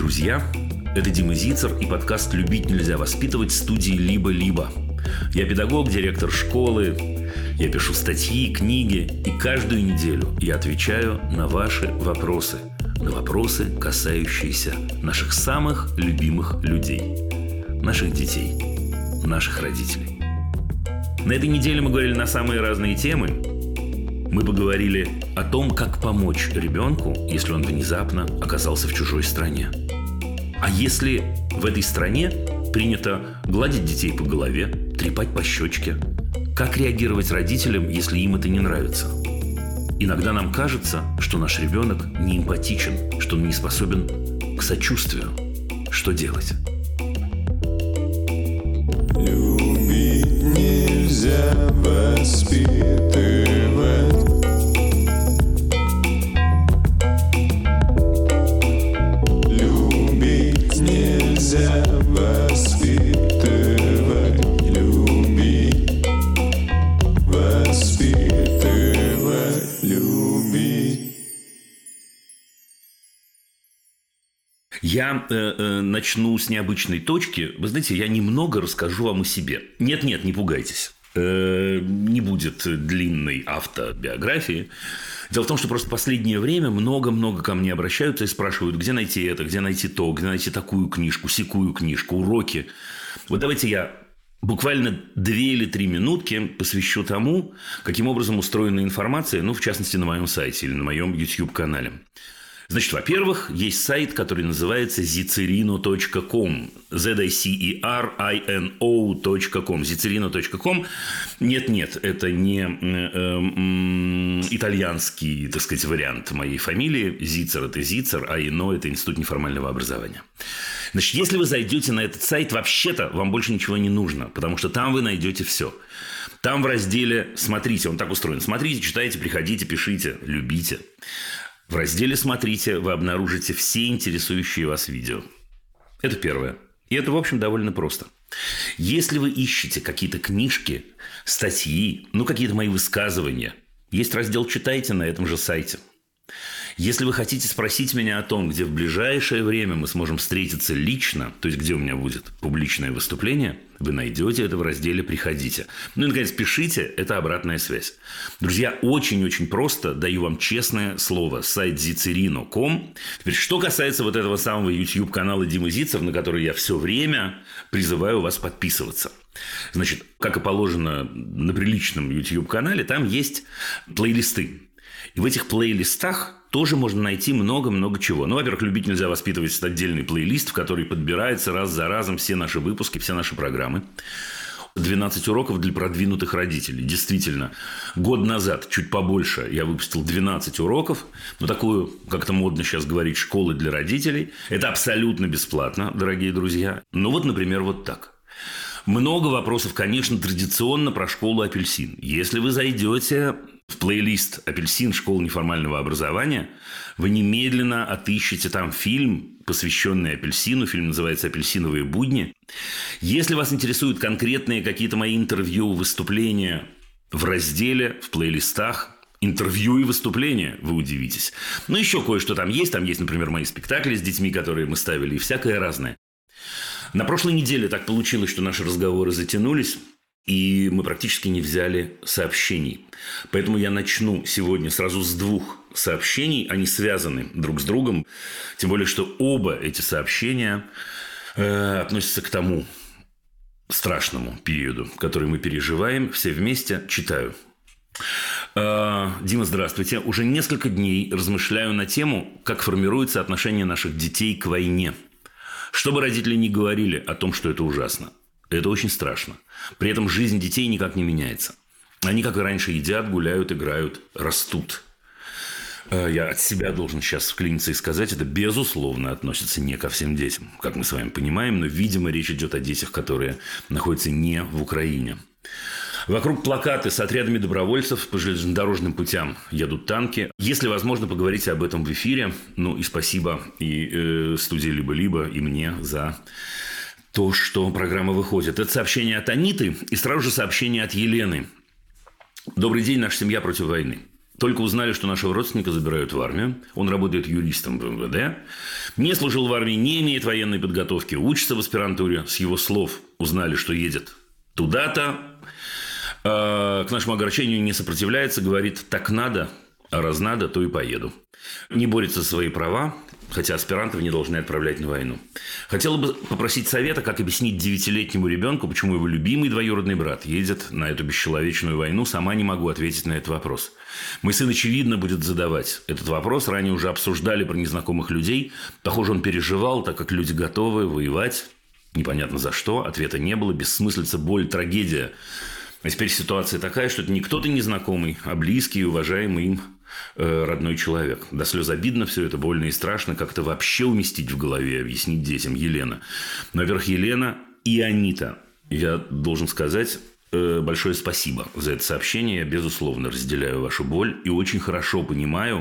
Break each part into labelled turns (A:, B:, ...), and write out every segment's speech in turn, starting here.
A: друзья! Это Дима Зицер и подкаст «Любить нельзя воспитывать» студии «Либо-либо». Я педагог, директор школы, я пишу статьи, книги, и каждую неделю я отвечаю на ваши вопросы. На вопросы, касающиеся наших самых любимых людей, наших детей, наших родителей. На этой неделе мы говорили на самые разные темы. Мы поговорили о том, как помочь ребенку, если он внезапно оказался в чужой стране. А если в этой стране принято гладить детей по голове, трепать по щечке? Как реагировать родителям, если им это не нравится? Иногда нам кажется, что наш ребенок не эмпатичен, что он не способен к сочувствию. Что делать?
B: Любить нельзя воспитывать. Любить нельзя воспитывать. Любить, воспитывать, любить.
A: Я начну с необычной точки. Вы знаете, я немного расскажу вам о себе. Нет, не пугайтесь. Не будет длинной автобиографии. Дело в том, что просто в последнее время много ко мне обращаются и спрашивают, где найти это, где найти то, где найти такую книжку, сякую книжку, уроки. Вот давайте я буквально 2 или 3 минутки посвящу тому, каким образом устроена информация, в частности, на моем сайте или на моем YouTube-канале. Значит, во-первых, есть сайт, который называется zicerino.com. zicerino.com. Zicerino.com. Нет, это не итальянский, так сказать, вариант моей фамилии. Зицер – это Зицер, а Ино – это Институт неформального образования. Значит, если вы зайдете на этот сайт, вообще-то вам больше ничего не нужно, потому что там вы найдете все. Там в разделе «Смотрите», он так устроен. Смотрите, читайте, приходите, пишите, любите. В разделе «Смотрите» вы обнаружите все интересующие вас видео. Это первое. И это, в общем, довольно просто. Если вы ищете какие-то книжки, статьи, какие-то мои высказывания, есть раздел «Читайте» на этом же сайте. Если вы хотите спросить меня о том, где в ближайшее время мы сможем встретиться лично, то есть где у меня будет публичное выступление, вы найдете это в разделе «Приходите». И, наконец, пишите, это обратная связь. Друзья, очень-очень просто, даю вам честное слово, сайт zicerino.com. Теперь, что касается вот этого самого YouTube-канала Дима Зицер, на который я все время призываю вас подписываться. Значит, как и положено на приличном YouTube-канале, там есть плейлисты. И в этих плейлистах тоже можно найти много-много чего. Во-первых, «Любить нельзя воспитывать» – это отдельный плейлист, в который подбирается раз за разом все наши выпуски, все наши программы. 12 уроков для продвинутых родителей. Действительно, год назад, чуть побольше, я выпустил 12 уроков. Такую, как это модно сейчас говорить, школы для родителей. Это абсолютно бесплатно, дорогие друзья. Например, вот так. Много вопросов, конечно, традиционно про школу «Апельсин». Если вы зайдете в плейлист «Апельсин. Школа неформального образования», вы немедленно отыщете там фильм, посвященный апельсину. Фильм называется «Апельсиновые будни». Если вас интересуют конкретные какие-то мои интервью, выступления, в разделе, в плейлистах «Интервью и выступления», вы удивитесь. Еще кое-что там есть. Там есть, например, мои спектакли с детьми, которые мы ставили, и всякое разное. На прошлой неделе так получилось, что наши разговоры затянулись, и мы практически не взяли сообщений. Поэтому я начну сегодня сразу с 2 сообщений. Они связаны друг с другом. Тем более, что оба эти сообщения относятся к тому страшному периоду, который мы переживаем все вместе. Читаю. Дима, здравствуйте. Уже несколько дней размышляю на тему, как формируется отношение наших детей к войне. Что бы родители ни говорили о том, что это ужасно, это очень страшно. При этом жизнь детей никак не меняется. Они, как и раньше, едят, гуляют, играют, растут. Я от себя должен сейчас вклиниться и сказать, это, безусловно, относится не ко всем детям, как мы с вами понимаем, но, видимо, речь идет о детях, которые находятся не в Украине. Вокруг плакаты с отрядами добровольцев по железнодорожным путям едут танки. Если возможно, поговорите об этом в эфире. И спасибо и студии «Либо-либо», и мне за то, что программа выходит. Это сообщение от Аниты и сразу же сообщение от Елены. Добрый день, наша семья против войны. Только узнали, что нашего родственника забирают в армию. Он работает юристом в МВД. Не служил в армии, не имеет военной подготовки. Учится в аспирантуре. С его слов узнали, что едет туда-то. К нашему огорчению не сопротивляется. Говорит, так надо, а раз надо, то и поеду. Не борется за свои права. Хотя аспирантов не должны отправлять на войну. Хотела бы попросить совета, как объяснить 9-летнему ребенку, почему его любимый двоюродный брат едет на эту бесчеловечную войну. Сама не могу ответить на этот вопрос. Мой сын, очевидно, будет задавать этот вопрос. Ранее уже обсуждали про незнакомых людей. Похоже, он переживал, так как люди готовы воевать. Непонятно за что. Ответа не было. Бессмыслица, боль, трагедия. А теперь ситуация такая, что это не кто-то незнакомый, а близкий и уважаемый им родной человек. До слез обидно все это, больно и страшно. Как-то вообще уместить в голове, объяснить детям. Елена. Но, во-первых, Елена и Анита. Я должен сказать большое спасибо за это сообщение. Я, безусловно, разделяю вашу боль и очень хорошо понимаю,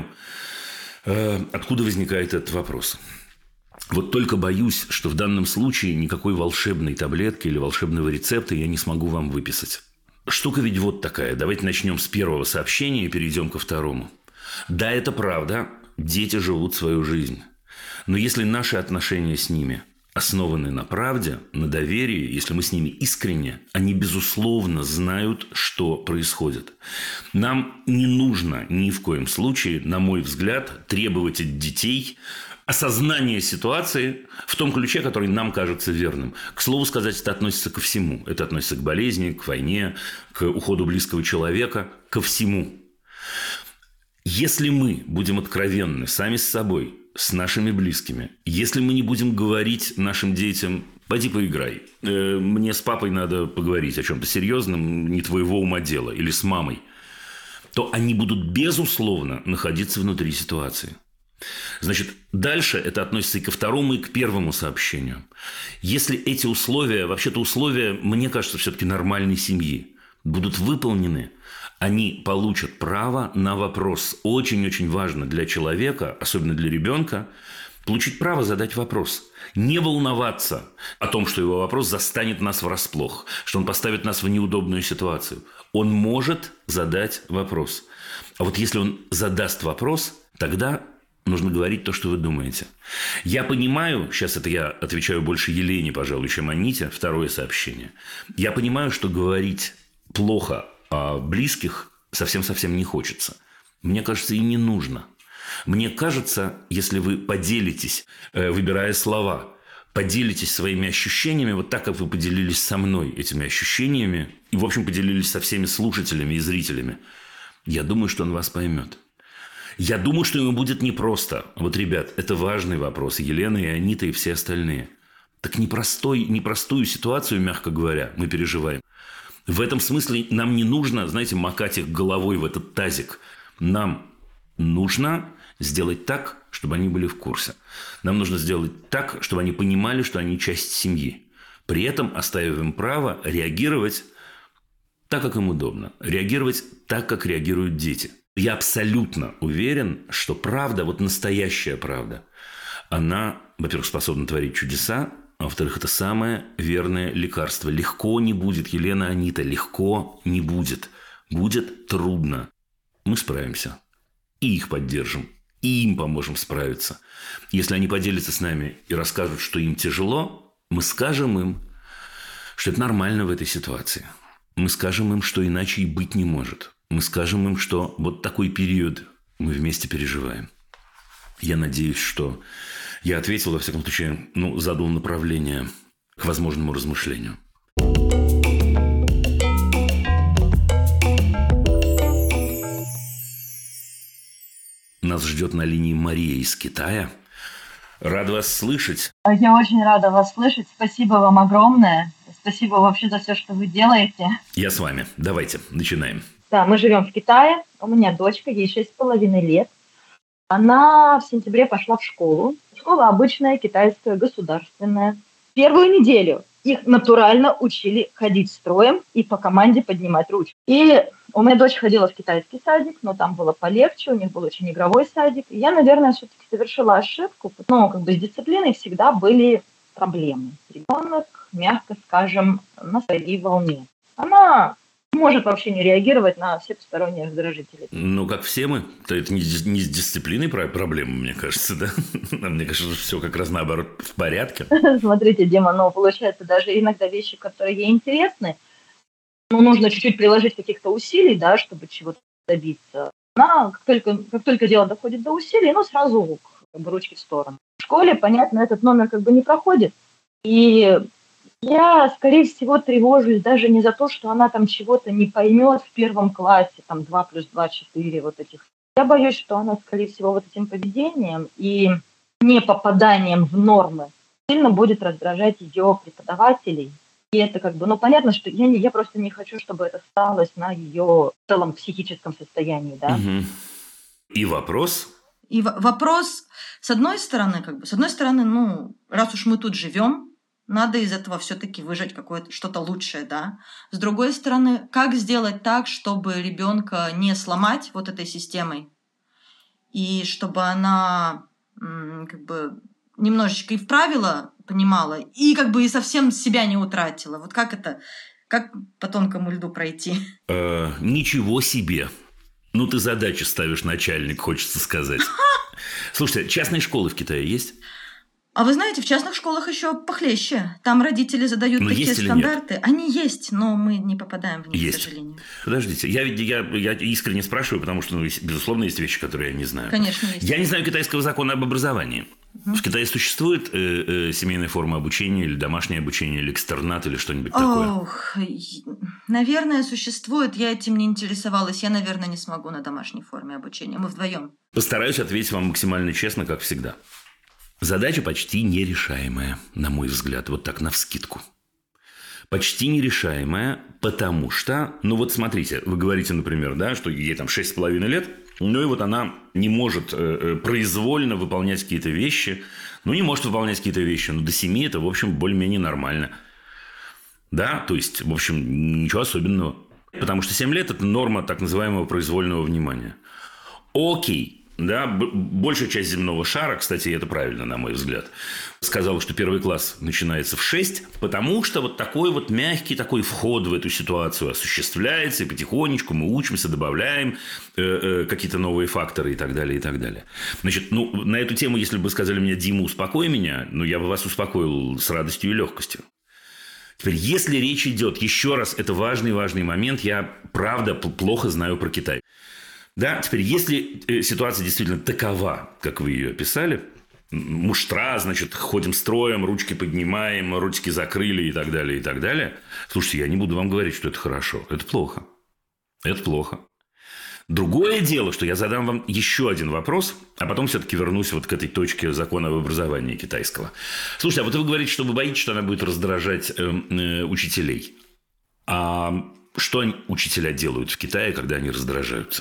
A: откуда возникает этот вопрос. Вот только боюсь, что в данном случае никакой волшебной таблетки или волшебного рецепта я не смогу вам выписать. Штука ведь вот такая. Давайте начнем с первого сообщения и перейдем ко второму. Да, это правда. Дети живут свою жизнь. Но если наши отношения с ними основаны на правде, на доверии, если мы с ними искренне, они, безусловно, знают, что происходит. Нам не нужно ни в коем случае, на мой взгляд, требовать от детей осознания ситуации в том ключе, который нам кажется верным. К слову сказать, это относится ко всему. Это относится к болезни, к войне, к уходу близкого человека, ко всему. Если мы будем откровенны сами с собой, с нашими близкими, если мы не будем говорить нашим детям «пойди поиграй», «мне с папой надо поговорить о чем-то серьезном, не твоего ума дело», или с мамой, то они будут, безусловно, находиться внутри ситуации. Значит, дальше это относится и ко второму, и к первому сообщению. Если эти условия, вообще-то условия, мне кажется, все-таки нормальной семьи, будут выполнены, они получат право на вопрос. Очень-очень важно для человека, особенно для ребенка, получить право задать вопрос. Не волноваться о том, что его вопрос застанет нас врасплох, что он поставит нас в неудобную ситуацию. Он может задать вопрос. А вот если он задаст вопрос, тогда нужно говорить то, что вы думаете. Я понимаю, сейчас это я отвечаю больше Елене, пожалуй, чем Аните, второе сообщение. Я понимаю, что говорить плохо о близких совсем-совсем не хочется. Мне кажется, и не нужно. Мне кажется, если вы поделитесь, выбирая слова, поделитесь своими ощущениями, вот так, как вы поделились со мной этими ощущениями, и, в общем, поделились со всеми слушателями и зрителями, я думаю, что он вас поймет. Я думаю, что ему будет непросто. Вот, ребят, это важный вопрос. Елена и Анита и все остальные. Так непростую ситуацию, мягко говоря, мы переживаем. В этом смысле нам не нужно, знаете, макать их головой в этот тазик. Нам нужно сделать так, чтобы они были в курсе. Нам нужно сделать так, чтобы они понимали, что они часть семьи. При этом оставив им право реагировать так, как им удобно. Реагировать так, как реагируют дети. Я абсолютно уверен, что правда, вот настоящая правда, она, во-первых, способна творить чудеса, а во-вторых, это самое верное лекарство. Легко не будет, Елена, Анита, легко не будет. Будет трудно. Мы справимся. И их поддержим. И им поможем справиться. Если они поделятся с нами и расскажут, что им тяжело, мы скажем им, что это нормально в этой ситуации. Мы скажем им, что иначе и быть не может. Мы скажем им, что вот такой период мы вместе переживаем. Я надеюсь, что я ответил, во всяком случае, задал направление к возможному размышлению. Нас ждет на линии Мария из Китая. Рад вас слышать.
C: Я очень рада вас слышать. Спасибо вам огромное. Спасибо вообще за все, что вы делаете.
A: Я с вами. Давайте, начинаем.
C: Да, мы живем в Китае. У меня дочка, ей 6,5 лет. Она в сентябре пошла в школу. Школа обычная, китайская, государственная. Первую неделю их натурально учили ходить строем и по команде поднимать ручку. И у меня дочь ходила в китайский садик, но там было полегче, у них был очень игровой садик. И я, наверное, все-таки совершила ошибку. С дисциплиной всегда были проблемы. Ребенок, мягко скажем, на своей волне. Она может вообще не реагировать на все посторонние раздражители.
A: Ну, как все мы. Это не с дисциплиной проблема, мне кажется, да? Мне кажется, что все как раз наоборот в порядке.
C: Смотрите, Дима, получается, даже иногда вещи, которые ей интересны, нужно чуть-чуть приложить каких-то усилий, да, чтобы чего-то добиться. Она, как только дело доходит до усилий, сразу ручки в сторону. В школе, понятно, этот номер не проходит. И я, скорее всего, тревожусь даже не за то, что она там чего-то не поймет в первом классе, там 2 плюс 2, 4, вот этих. Я боюсь, что она, скорее всего, вот этим поведением и не попаданием в нормы сильно будет раздражать ее преподавателей. И это понятно, что я просто не хочу, чтобы это осталось на ее в целом психическом состоянии, да.
A: Угу. И вопрос?
D: И вопрос, с одной стороны, раз уж мы тут живем, надо из этого все-таки выжать какое-то что-то лучшее, да. С другой стороны, как сделать так, чтобы ребенка не сломать вот этой системой, и чтобы она немножечко и в правила понимала, и и совсем себя не утратила. Вот как по тонкому льду пройти?
A: Ничего себе. Ты задачу ставишь, начальник, хочется сказать. Слушайте, частные школы в Китае есть?
D: А вы знаете, в частных школах еще похлеще. Там родители задают такие стандарты.
A: Нет?
D: Они есть, но мы не попадаем в них, к сожалению.
A: Подождите, я искренне спрашиваю, потому что, безусловно, есть вещи, которые я не знаю.
D: Конечно, есть.
A: Я не знаю китайского закона об образовании. В Китае существует семейная форма обучения или домашнее обучение, или экстернат, или что-нибудь такое?
D: Наверное, существует. Я этим не интересовалась. Я, наверное, не смогу на домашней форме обучения. Мы вдвоем.
A: Постараюсь ответить вам максимально честно, как всегда. Задача почти нерешаемая, на мой взгляд, вот так навскидку. Почти нерешаемая, потому что, смотрите, вы говорите, например, да, что ей там 6,5 лет, и она не может произвольно выполнять какие-то вещи. Не может выполнять какие-то вещи, но до 7 это, в общем, более-менее нормально. Да, то есть, в общем, ничего особенного. Потому что 7 лет – это норма так называемого произвольного внимания. Окей. Да, большая часть земного шара, кстати, это правильно, на мой взгляд, сказала, что 1 класс начинается в 6, потому что такой мягкий такой вход в эту ситуацию осуществляется, и потихонечку мы учимся, добавляем какие-то новые факторы и так далее, и так далее. Значит, на эту тему, если бы вы сказали мне: Дима, успокой меня, я бы вас успокоил с радостью и легкостью. Теперь, если речь идет, еще раз, это важный момент, я, правда, плохо знаю про Китай. Да, теперь, если ситуация действительно такова, как вы ее описали, муштра, значит, ходим строем, ручки поднимаем, ручки закрыли и так далее, и так далее. Слушайте, я не буду вам говорить, что это хорошо. Это плохо. Это плохо. Другое дело, что я задам вам еще один вопрос, а потом все-таки вернусь к этой точке закона об образовании китайского. Слушайте, а вы говорите, что вы боитесь, что она будет раздражать учителей. А что учителя делают в Китае, когда они раздражаются?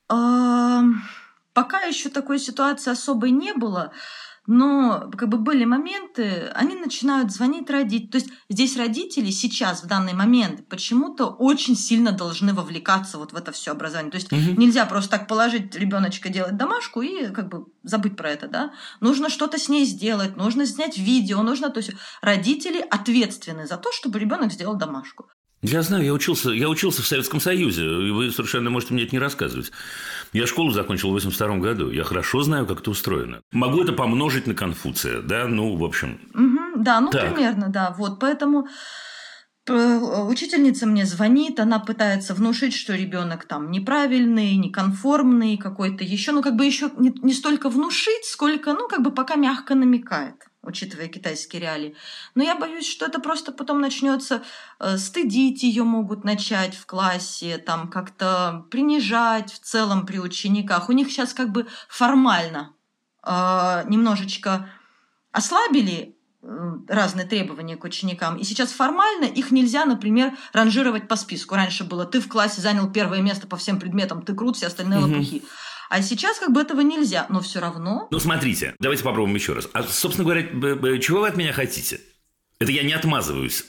D: Пока еще такой ситуации особой не было, но были моменты, они начинают звонить родителям. То есть здесь родители сейчас, в данный момент, почему-то очень сильно должны вовлекаться в это все образование. То есть нельзя просто так положить ребеночка делать домашку и забыть про это, да? Нужно что-то с ней сделать, нужно снять видео, то есть родители ответственны за то, чтобы ребенок сделал домашку.
A: Я знаю, я учился в Советском Союзе, и вы совершенно можете мне это не рассказывать. Я школу закончил в 1982 году, я хорошо знаю, как это устроено. Могу это помножить на Конфуция, да, в общем.
D: Да, примерно, да, поэтому учительница мне звонит, она пытается внушить, что ребенок там неправильный, неконформный, какой-то еще, еще не столько внушить, сколько, пока мягко намекает, учитывая китайские реалии. Но я боюсь, что это просто потом начнется, стыдить ее могут начать в классе, там как-то принижать в целом при учениках. У них сейчас формально немножечко ослабили разные требования к ученикам, и сейчас формально их нельзя, например, ранжировать по списку. Раньше было: ты в классе занял 1 место по всем предметам, ты крут, все остальные лопухи. А сейчас этого нельзя, но все равно...
A: Смотрите, давайте попробуем еще раз. А, собственно говоря, чего вы от меня хотите? Это я не отмазываюсь.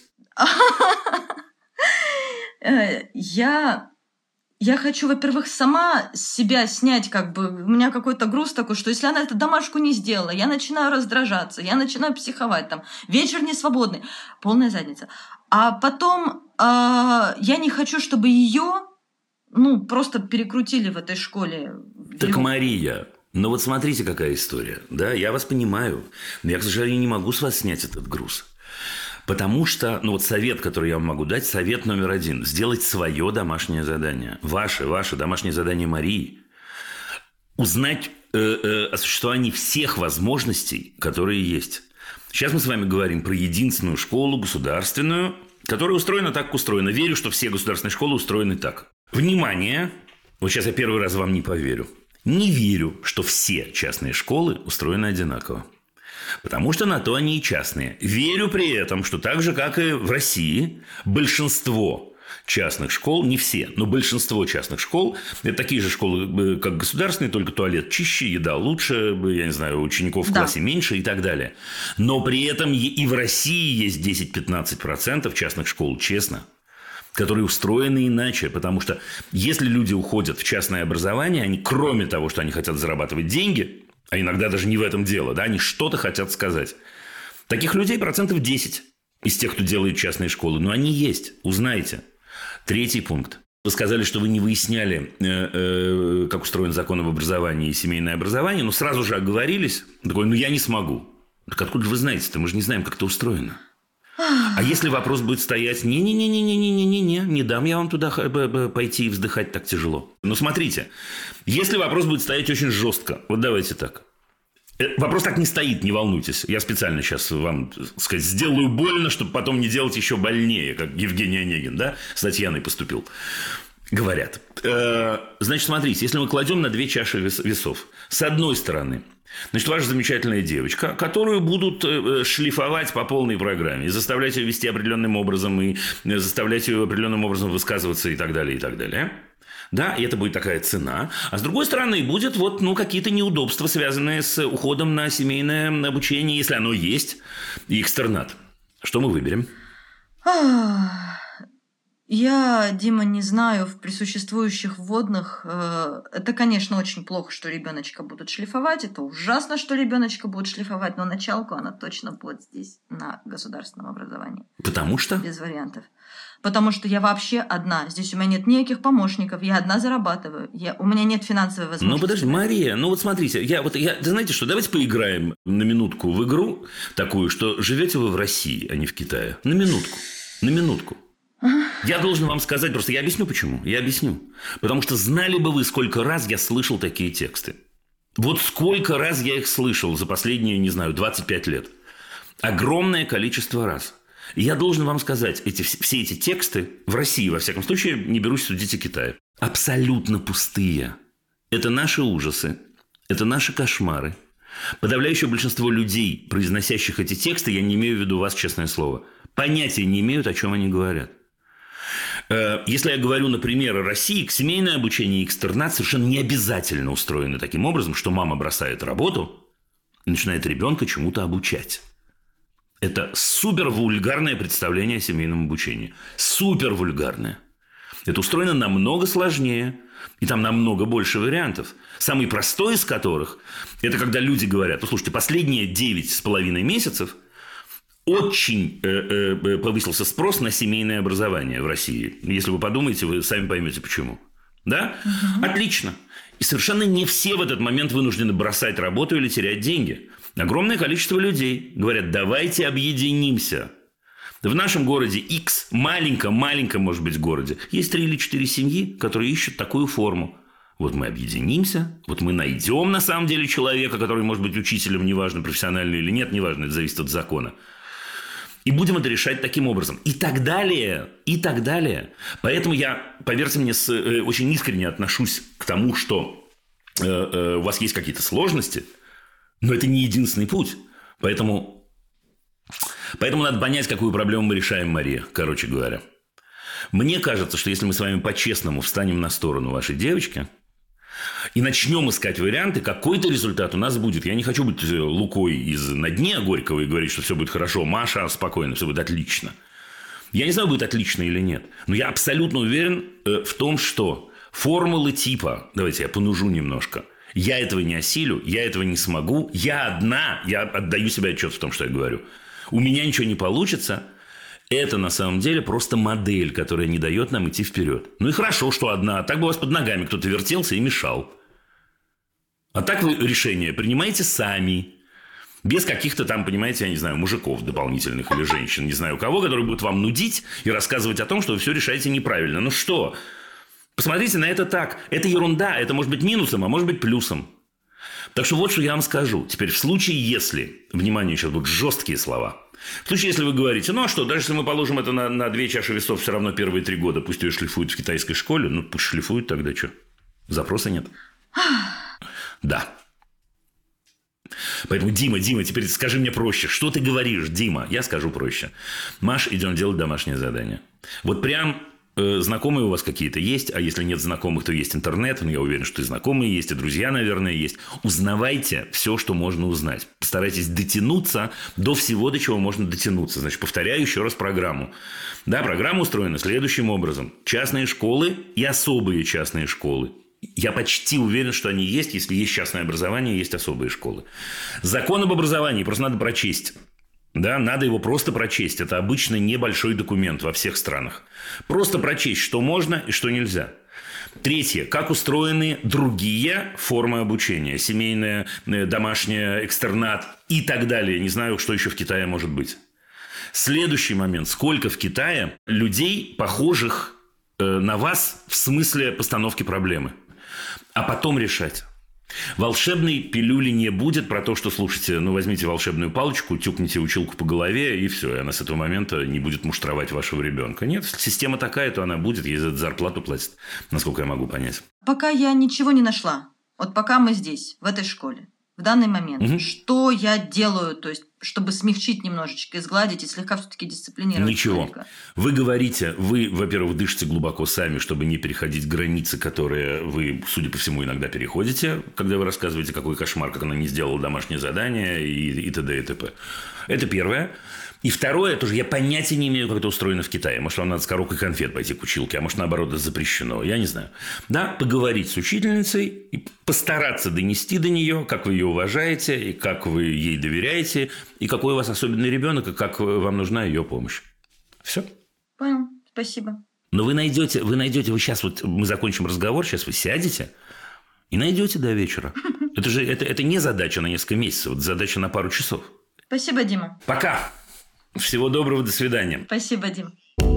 D: Я хочу, во-первых, сама с себя снять, у меня какой-то груз такой, что если она эту домашку не сделала, я начинаю раздражаться, я начинаю психовать, вечер не свободный, полная задница. А потом я не хочу, чтобы ее просто перекрутили в этой школе.
A: Так, Мария, вот смотрите, какая история. Да, я вас понимаю, но я, к сожалению, не могу с вас снять этот груз. Потому что, совет, который я вам могу дать, совет номер 1. Сделать свое домашнее задание. Ваше домашнее задание Марии. Узнать о существовании всех возможностей, которые есть. Сейчас мы с вами говорим про единственную школу государственную, которая устроена так, как устроена. Верю, что все государственные школы устроены так. Внимание! Вот сейчас я первый раз вам не поверю. Не верю, что все частные школы устроены одинаково. Потому что на то они и частные. Верю при этом, что так же, как и в России, большинство частных школ, не все, но большинство частных школ – это такие же школы, как государственные, только туалет чище, еда лучше, я не знаю, учеников в классе меньше и так далее. Но при этом и в России есть 10-15% частных школ, честно, которые устроены иначе. Потому что если люди уходят в частное образование, они, кроме того, что они хотят зарабатывать деньги, а иногда даже не в этом дело, да, они что-то хотят сказать. Таких людей 10% из тех, кто делает частные школы. Но они есть, узнайте. 3 пункт. Вы сказали, что вы не выясняли, как устроен закон об образовании и семейное образование, но сразу же оговорились. Такой, я не смогу. Так откуда же вы знаете-то? Мы же не знаем, как это устроено. А если вопрос будет стоять, не дам я вам туда пойти и вздыхать так тяжело. Смотрите, если вопрос будет стоять очень жестко, вот давайте так. Вопрос так не стоит, не волнуйтесь. Я специально сейчас вам, сделаю больно, чтобы потом не делать еще больнее, как Евгений Онегин, да, с Татьяной поступил. Говорят. Значит, смотрите, если мы кладем на 2 чаши весов. С одной стороны, значит, ваша замечательная девочка, которую будут шлифовать по полной программе, заставлять ее вести определенным образом, и заставлять ее определенным образом высказываться и так далее, и так далее. Да, и это будет такая цена. А с другой стороны, будет какие-то неудобства, связанные с уходом на семейное обучение, если оно есть, и экстернат. Что мы выберем?
D: Я, Дима, не знаю, в присуществующих вводных это, конечно, очень плохо, что ребеночка будут шлифовать, это ужасно, что ребеночка будут шлифовать, но началку она точно будет здесь, на государственном образовании.
A: Потому что?
D: Без вариантов. Потому что я вообще одна. Здесь у меня нет никаких помощников, я одна зарабатываю, у меня нет финансовой возможности.
A: Подожди, Мария, смотрите, знаете что, давайте поиграем на минутку в игру такую, что живете вы в России, а не в Китае. На минутку. Я должен вам сказать, просто я объясню почему. Потому что знали бы вы, сколько раз я слышал такие тексты. Вот сколько раз я их слышал за последние, 25 лет. Огромное количество раз. И я должен вам сказать, все эти тексты в России, во всяком случае, не берусь судить о Китае, абсолютно пустые. Это наши ужасы, это наши кошмары. Подавляющее большинство людей, произносящих эти тексты, я не имею в виду вас, честное слово, понятия не имеют, о чем они говорят. Если я говорю, например, о России, семейное обучение и экстернат совершенно не обязательно устроены таким образом, что мама бросает работу и начинает ребенка чему-то обучать. Это супервульгарное представление о семейном обучении. Супервульгарное. Это устроено намного сложнее, и там намного больше вариантов. Самый простой из которых – это когда люди говорят, слушайте, последние 9,5 месяцев очень повысился спрос на семейное образование в России. Если вы подумаете, вы сами поймете, почему. Да? Угу. Отлично. И совершенно не все в этот момент вынуждены бросать работу или терять деньги. Огромное количество людей говорят, давайте объединимся. В нашем городе X, маленьком, может быть, городе, есть 3 или 4 семьи, которые ищут такую форму. Вот мы объединимся, вот мы найдем на самом деле человека, который может быть учителем, неважно, профессионально или нет, неважно, это зависит от закона. И будем это решать таким образом. И так далее, и так далее. Поэтому я, поверьте мне, очень искренне отношусь к тому, что у вас есть какие-то сложности, но это не единственный путь. Поэтому надо понять, какую проблему мы решаем, Мария, короче говоря. Мне кажется, что если мы с вами по-честному встанем на сторону вашей девочки и начнем искать варианты, какой-то результат у нас будет. Я не хочу быть Лукой на дне Горького и говорить, что все будет хорошо. Маша, спокойно, все будет отлично. Я не знаю, будет отлично или нет. Но я абсолютно уверен в том, что формулы типа... Давайте я понужу немножко. Я этого не осилю, я этого не смогу. Я одна, я отдаю себе отчет в том, что я говорю. У меня ничего не получится. Это на самом деле просто модель, которая не дает нам идти вперед. Ну и хорошо, что одна. Так бы у вас под ногами кто-то вертелся и мешал. А так вы решение принимаете сами. Без каких-то там, понимаете, я не знаю, мужиков дополнительных или женщин, не знаю кого, которые будут вам нудить и рассказывать о том, что вы все решаете неправильно. Ну что? Посмотрите на это так. Это ерунда. Это может быть минусом, а может быть плюсом. Так что вот что я вам скажу. Теперь в случае, если... Внимание, сейчас будут жесткие слова. В случае, если вы говорите, ну а что, даже если мы положим это на 2 чаши весов, все равно первые 3 года пусть ее шлифуют в китайской школе, ну пусть шлифуют тогда, что? Запроса нет. Да. Поэтому, Дима, теперь скажи мне проще. Что ты говоришь, Дима? Я скажу проще. Маш, идем делать домашнее задание. Вот прям знакомые у вас какие-то есть, а если нет знакомых, то есть интернет. Но я уверен, что и знакомые есть, и друзья, наверное, есть. Узнавайте все, что можно узнать. Постарайтесь дотянуться до всего, до чего можно дотянуться. Значит, повторяю еще раз программу. Да, программа устроена следующим образом. Частные школы и особые частные школы. Я почти уверен, что они есть. Если есть частное образование, есть особые школы. Закон об образовании просто надо прочесть. Да, надо его просто прочесть. Это обычно небольшой документ во всех странах. Просто прочесть, что можно и что нельзя. Третье. Как устроены другие формы обучения. Семейное, домашнее, экстернат и так далее. Не знаю, что еще в Китае может быть. Следующий момент. Сколько в Китае людей, похожих на вас в смысле постановки проблемы. А потом решать. Волшебной пилюли не будет про то, что, слушайте, ну, возьмите волшебную палочку, тюкните училку по голове, и все, и она с этого момента не будет муштровать вашего ребенка. Нет, система такая, то она будет, ей за это зарплату платят, насколько я могу понять.
D: Пока я ничего не нашла, вот пока мы здесь, в этой школе, в данный момент, что я делаю, то есть, чтобы смягчить немножечко, изгладить и слегка все-таки дисциплинировать
A: Ничего.
D: человека?
A: Вы говорите, вы, во-первых, дышите глубоко сами, чтобы не переходить границы, которые вы, судя по всему, иногда переходите, когда вы рассказываете, какой кошмар, как она не сделала домашнее задание и т.д. и т.п. Это первое. И второе, тоже я понятия не имею, как это устроено в Китае. Может, вам надо с коробкой конфет пойти к училке, а может, наоборот, это запрещено. Я не знаю. Да, поговорить с учительницей и постараться донести до нее, как вы ее уважаете, и как вы ей доверяете, и какой у вас особенный ребенок, и как вам нужна ее помощь. Все.
D: Понял, спасибо.
A: Но вы найдете, вы сейчас вот мы закончим разговор, сейчас вы сядете и найдете до вечера. Это же это не задача на несколько месяцев, это задача на пару часов.
D: Спасибо, Дима.
A: Пока. Всего доброго, до свидания.
D: Спасибо, Дим.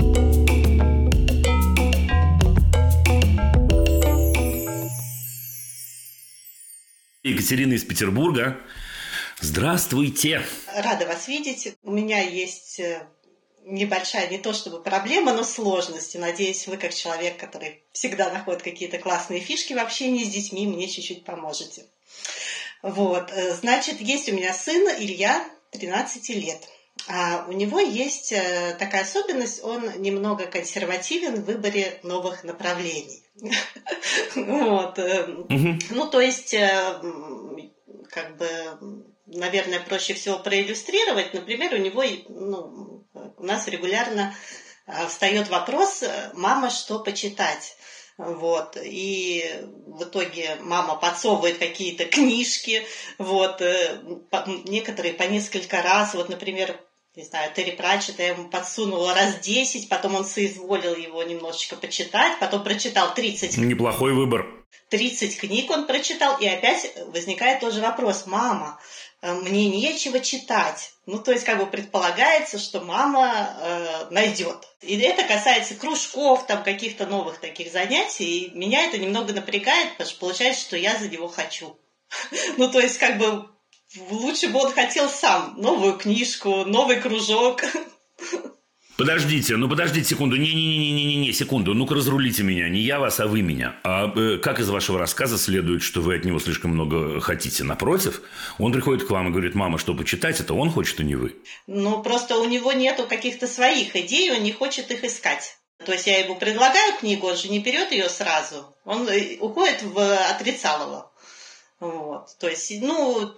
A: Екатерина из Петербурга. Здравствуйте.
E: Рада вас видеть. У меня есть небольшая, не то чтобы проблема, но сложности. Надеюсь, вы как человек, который всегда находит какие-то классные фишки в общении с детьми, мне чуть-чуть поможете. Вот. Значит, есть у меня сын Илья, 13 лет. А у него есть такая особенность, он немного консервативен в выборе новых направлений. Вот. Ну, то есть, как бы, наверное, проще всего проиллюстрировать. Например, у нас регулярно встает вопрос: мама, что почитать? Вот. И в итоге мама подсовывает какие-то книжки, вот, некоторые по несколько раз. Вот, например, не знаю, Терри Пратчетта я ему подсунула раз 10, потом он соизволил его немножечко почитать, потом прочитал 30 книг.
A: Неплохой выбор. 30
E: книг он прочитал, и опять возникает тоже вопрос: мама, мне нечего читать. Ну, то есть, как бы предполагается, что мама найдет. И это касается кружков, там, каких-то новых таких занятий. И меня это немного напрягает, потому что получается, что я за него хочу. Ну, то есть, как бы, лучше бы он хотел сам новую книжку, новый кружок.
A: Подождите секунду. Не, секунду. Ну-ка, разрулите меня. Не я вас, а вы меня. А как из вашего рассказа следует, что вы от него слишком много хотите? Напротив, он приходит к вам и говорит: мама, что почитать? Это он хочет, а не вы.
E: Ну, просто у него нету каких-то своих идей, он не хочет их искать. То есть, я ему предлагаю книгу, он же не берет ее сразу. Он уходит в отрицалово. Вот. То есть, ну, там,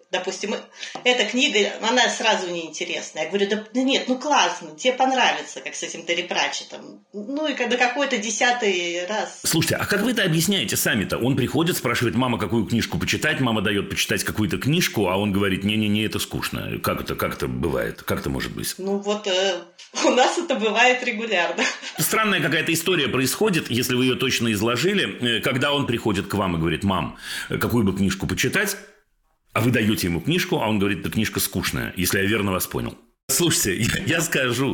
E: допустим, эта книга, она сразу неинтересная. Я говорю, да нет, ну классно, тебе понравится, как с этим Терри Пратчеттом. Ну и когда какой-то 10-й раз.
A: Слушайте, а как вы это объясняете сами-то? Он приходит, спрашивает, мама, какую книжку почитать, мама дает почитать какую-то книжку, а он говорит, не-не-не, это скучно. Как это бывает? Как это может быть?
E: Ну вот у нас это бывает регулярно.
A: Странная какая-то история происходит, если вы ее точно изложили, когда он приходит к вам и говорит, мам, какую бы книжку почитать, а вы даете ему книжку, а он говорит, эта книжка скучная, если я верно вас понял. Слушайте, я скажу,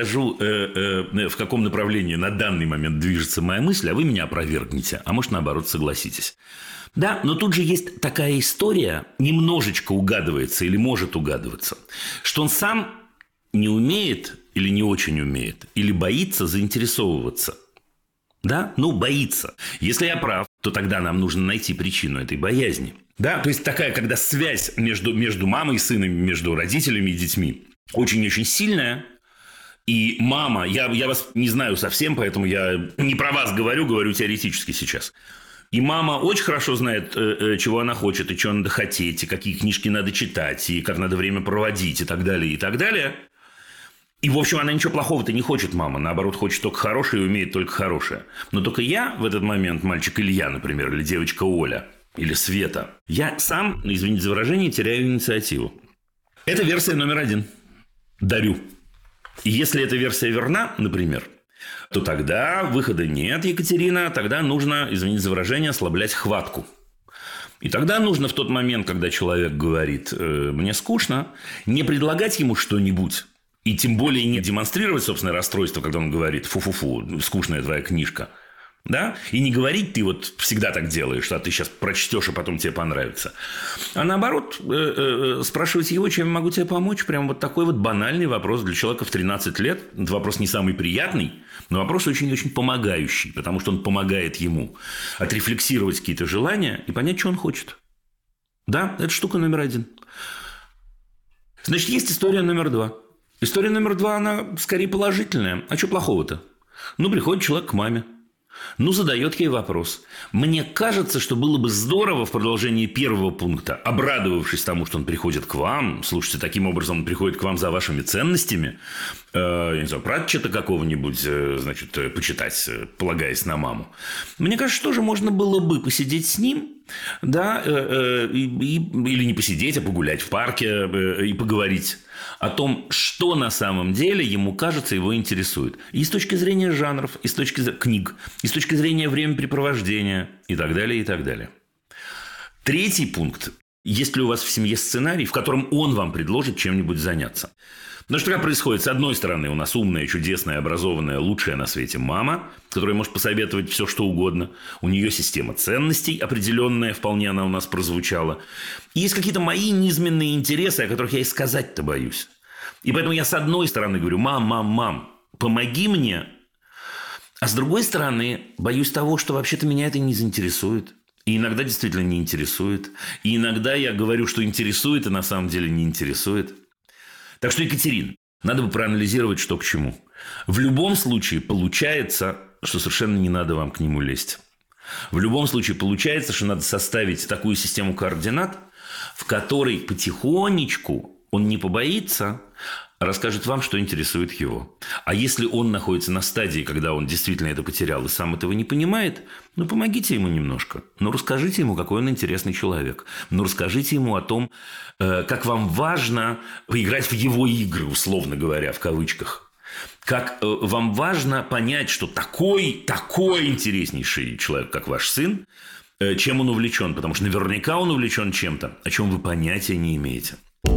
A: в каком направлении на данный момент движется моя мысль, а вы меня опровергнете, а может, наоборот, согласитесь. Да, но тут же есть такая история, немножечко угадывается или может угадываться, что он сам не умеет или не очень умеет, или боится заинтересовываться. Да? Ну, боится. Если я прав, то тогда нам нужно найти причину этой боязни. Да? То есть такая, когда связь между мамой и сыном, между родителями и детьми очень-очень сильная. И мама, я вас не знаю совсем, поэтому я не про вас говорю теоретически сейчас. И мама очень хорошо знает, чего она хочет, и чего надо хотеть, и какие книжки надо читать, и как надо время проводить, и так далее, и так далее. И, в общем, она ничего плохого-то не хочет, мама. Наоборот, хочет только хорошее и умеет только хорошее. Но только я в этот момент, мальчик Илья, например, или девочка Оля, или Света, я сам, извините за выражение, теряю инициативу. Это версия номер 1. Дарю. И если эта версия верна, например, то тогда выхода нет, Екатерина. Тогда нужно, извините за выражение, ослаблять хватку. И тогда нужно в тот момент, когда человек говорит «мне скучно», не предлагать ему что-нибудь. И тем более не демонстрировать собственное расстройство, когда он говорит «фу-фу-фу, скучная твоя книжка». Да? И не говорить «ты вот всегда так делаешь, а ты сейчас прочтешь, а потом тебе понравится». А наоборот, спрашивать его, чем я могу тебе помочь. Прям вот такой вот банальный вопрос для человека в 13 лет. Это вопрос не самый приятный, но вопрос очень-очень помогающий. Потому что он помогает ему отрефлексировать какие-то желания и понять, что он хочет. Да, это штука номер 1. Значит, есть история номер 2. История номер 2, она скорее положительная. А что плохого-то? Ну, приходит человек к маме. Ну, задает ей вопрос. Мне кажется, что было бы здорово в продолжении первого пункта, обрадовавшись тому, что он приходит к вам, слушайте, таким образом он приходит к вам за вашими ценностями, я не знаю, Пратчетта какого-нибудь, значит, почитать, полагаясь на маму. Мне кажется, что же можно было бы посидеть с ним, да, или не посидеть, а погулять в парке и поговорить о том, что на самом деле ему кажется, его интересует. И с точки зрения жанров, и с точки зрения книг, и с точки зрения времяпрепровождения, и так далее, и так далее. Третий пункт. Есть ли у вас в семье сценарий, в котором он вам предложит чем-нибудь заняться? Потому что как происходит? С одной стороны, у нас умная, чудесная, образованная, лучшая на свете мама, которая может посоветовать все, что угодно. У нее система ценностей определенная, вполне она у нас прозвучала. И есть какие-то мои низменные интересы, о которых я и сказать-то боюсь. И поэтому я с одной стороны говорю: мам, помоги мне. А с другой стороны, боюсь того, что вообще-то меня это не заинтересует. И иногда действительно не интересует. И иногда я говорю, что интересует, а на самом деле не интересует. Так что, Екатерина, надо бы проанализировать, что к чему. В любом случае получается, что совершенно не надо вам к нему лезть. В любом случае получается, что надо составить такую систему координат, в которой потихонечку он не побоится, а расскажет вам, что интересует его. А если он находится на стадии, когда он действительно это потерял и сам этого не понимает, ну, помогите ему немножко. Ну, расскажите ему, какой он интересный человек. Ну, расскажите ему о том, как вам важно поиграть в его игры, условно говоря, в кавычках. Как вам важно понять, что такой интереснейший человек, как ваш сын, чем он увлечен. Потому что наверняка он увлечен чем-то, о чем вы понятия не имеете.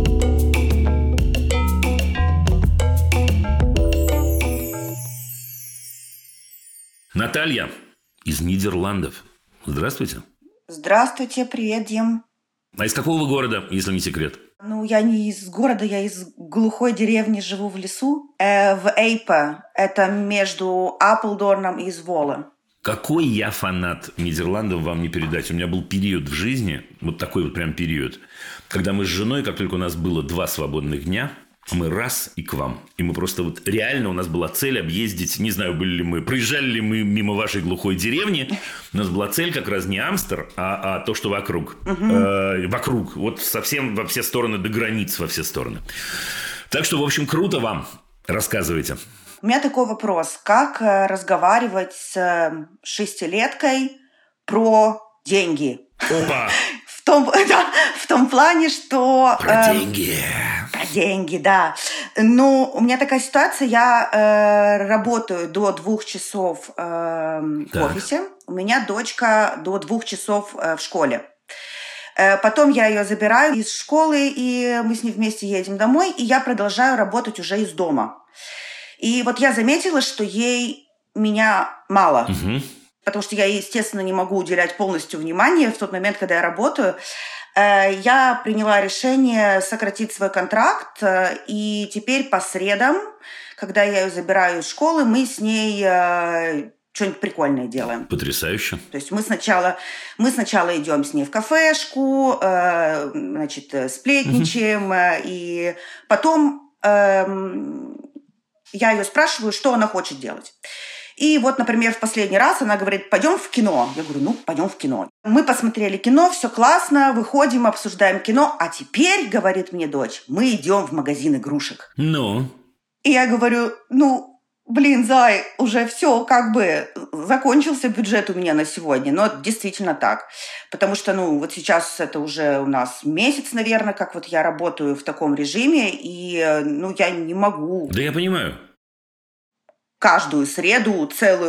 A: Наталья из Нидерландов. Здравствуйте.
F: Здравствуйте, привет, Дим.
A: А из какого вы города, если не секрет?
F: Ну, я не из города, я из глухой деревни, живу в лесу. В Эйпе. Это между Апелдорном и Зволе.
A: Какой я фанат Нидерландов, вам не передать. У меня был период в жизни, вот такой вот прям период, когда мы с женой, как только у нас было 2 свободных дня, Мы раз и к вам. И мы просто вот реально у нас была цель объездить, не знаю, проезжали ли мы мимо вашей глухой деревни. У нас была цель как раз не Амстер, а то, что вокруг. Вокруг. Вот совсем во все стороны, до границ во все стороны. Так что, в общем, круто вам. Рассказывайте.
F: У меня такой вопрос. Как разговаривать с шестилеткой про деньги?
A: Опа!
F: В том плане, что...
A: Про деньги.
F: Про деньги, да. Ну, у меня такая ситуация. Я работаю до 2 часов в офисе. У меня дочка до 2 часов в школе. Потом я ее забираю из школы, и мы с ней вместе едем домой, и я продолжаю работать уже из дома. И вот я заметила, что ей меня мало. Потому что я, естественно, не могу уделять полностью внимание в тот момент, когда я работаю. Я приняла решение сократить свой контракт, и теперь по средам, когда я ее забираю из школы, мы с ней что-нибудь прикольное делаем.
A: Потрясающе.
F: То есть мы сначала идем с ней в кафешку, значит, сплетничаем, и потом я ее спрашиваю, что она хочет делать. И вот, например, в последний раз она говорит: пойдем в кино. Я говорю: ну, пойдем в кино. Мы посмотрели кино, все классно, выходим, обсуждаем кино. А теперь, говорит мне дочь, мы идем в магазин игрушек.
A: Ну?
F: И я говорю: ну, блин, Зай, уже все, как бы закончился бюджет у меня на сегодня. Но это действительно так. Потому что, ну, вот сейчас это уже у нас месяц, наверное, как вот я работаю в таком режиме. И, ну, я не могу...
A: Да я понимаю.
F: Каждую среду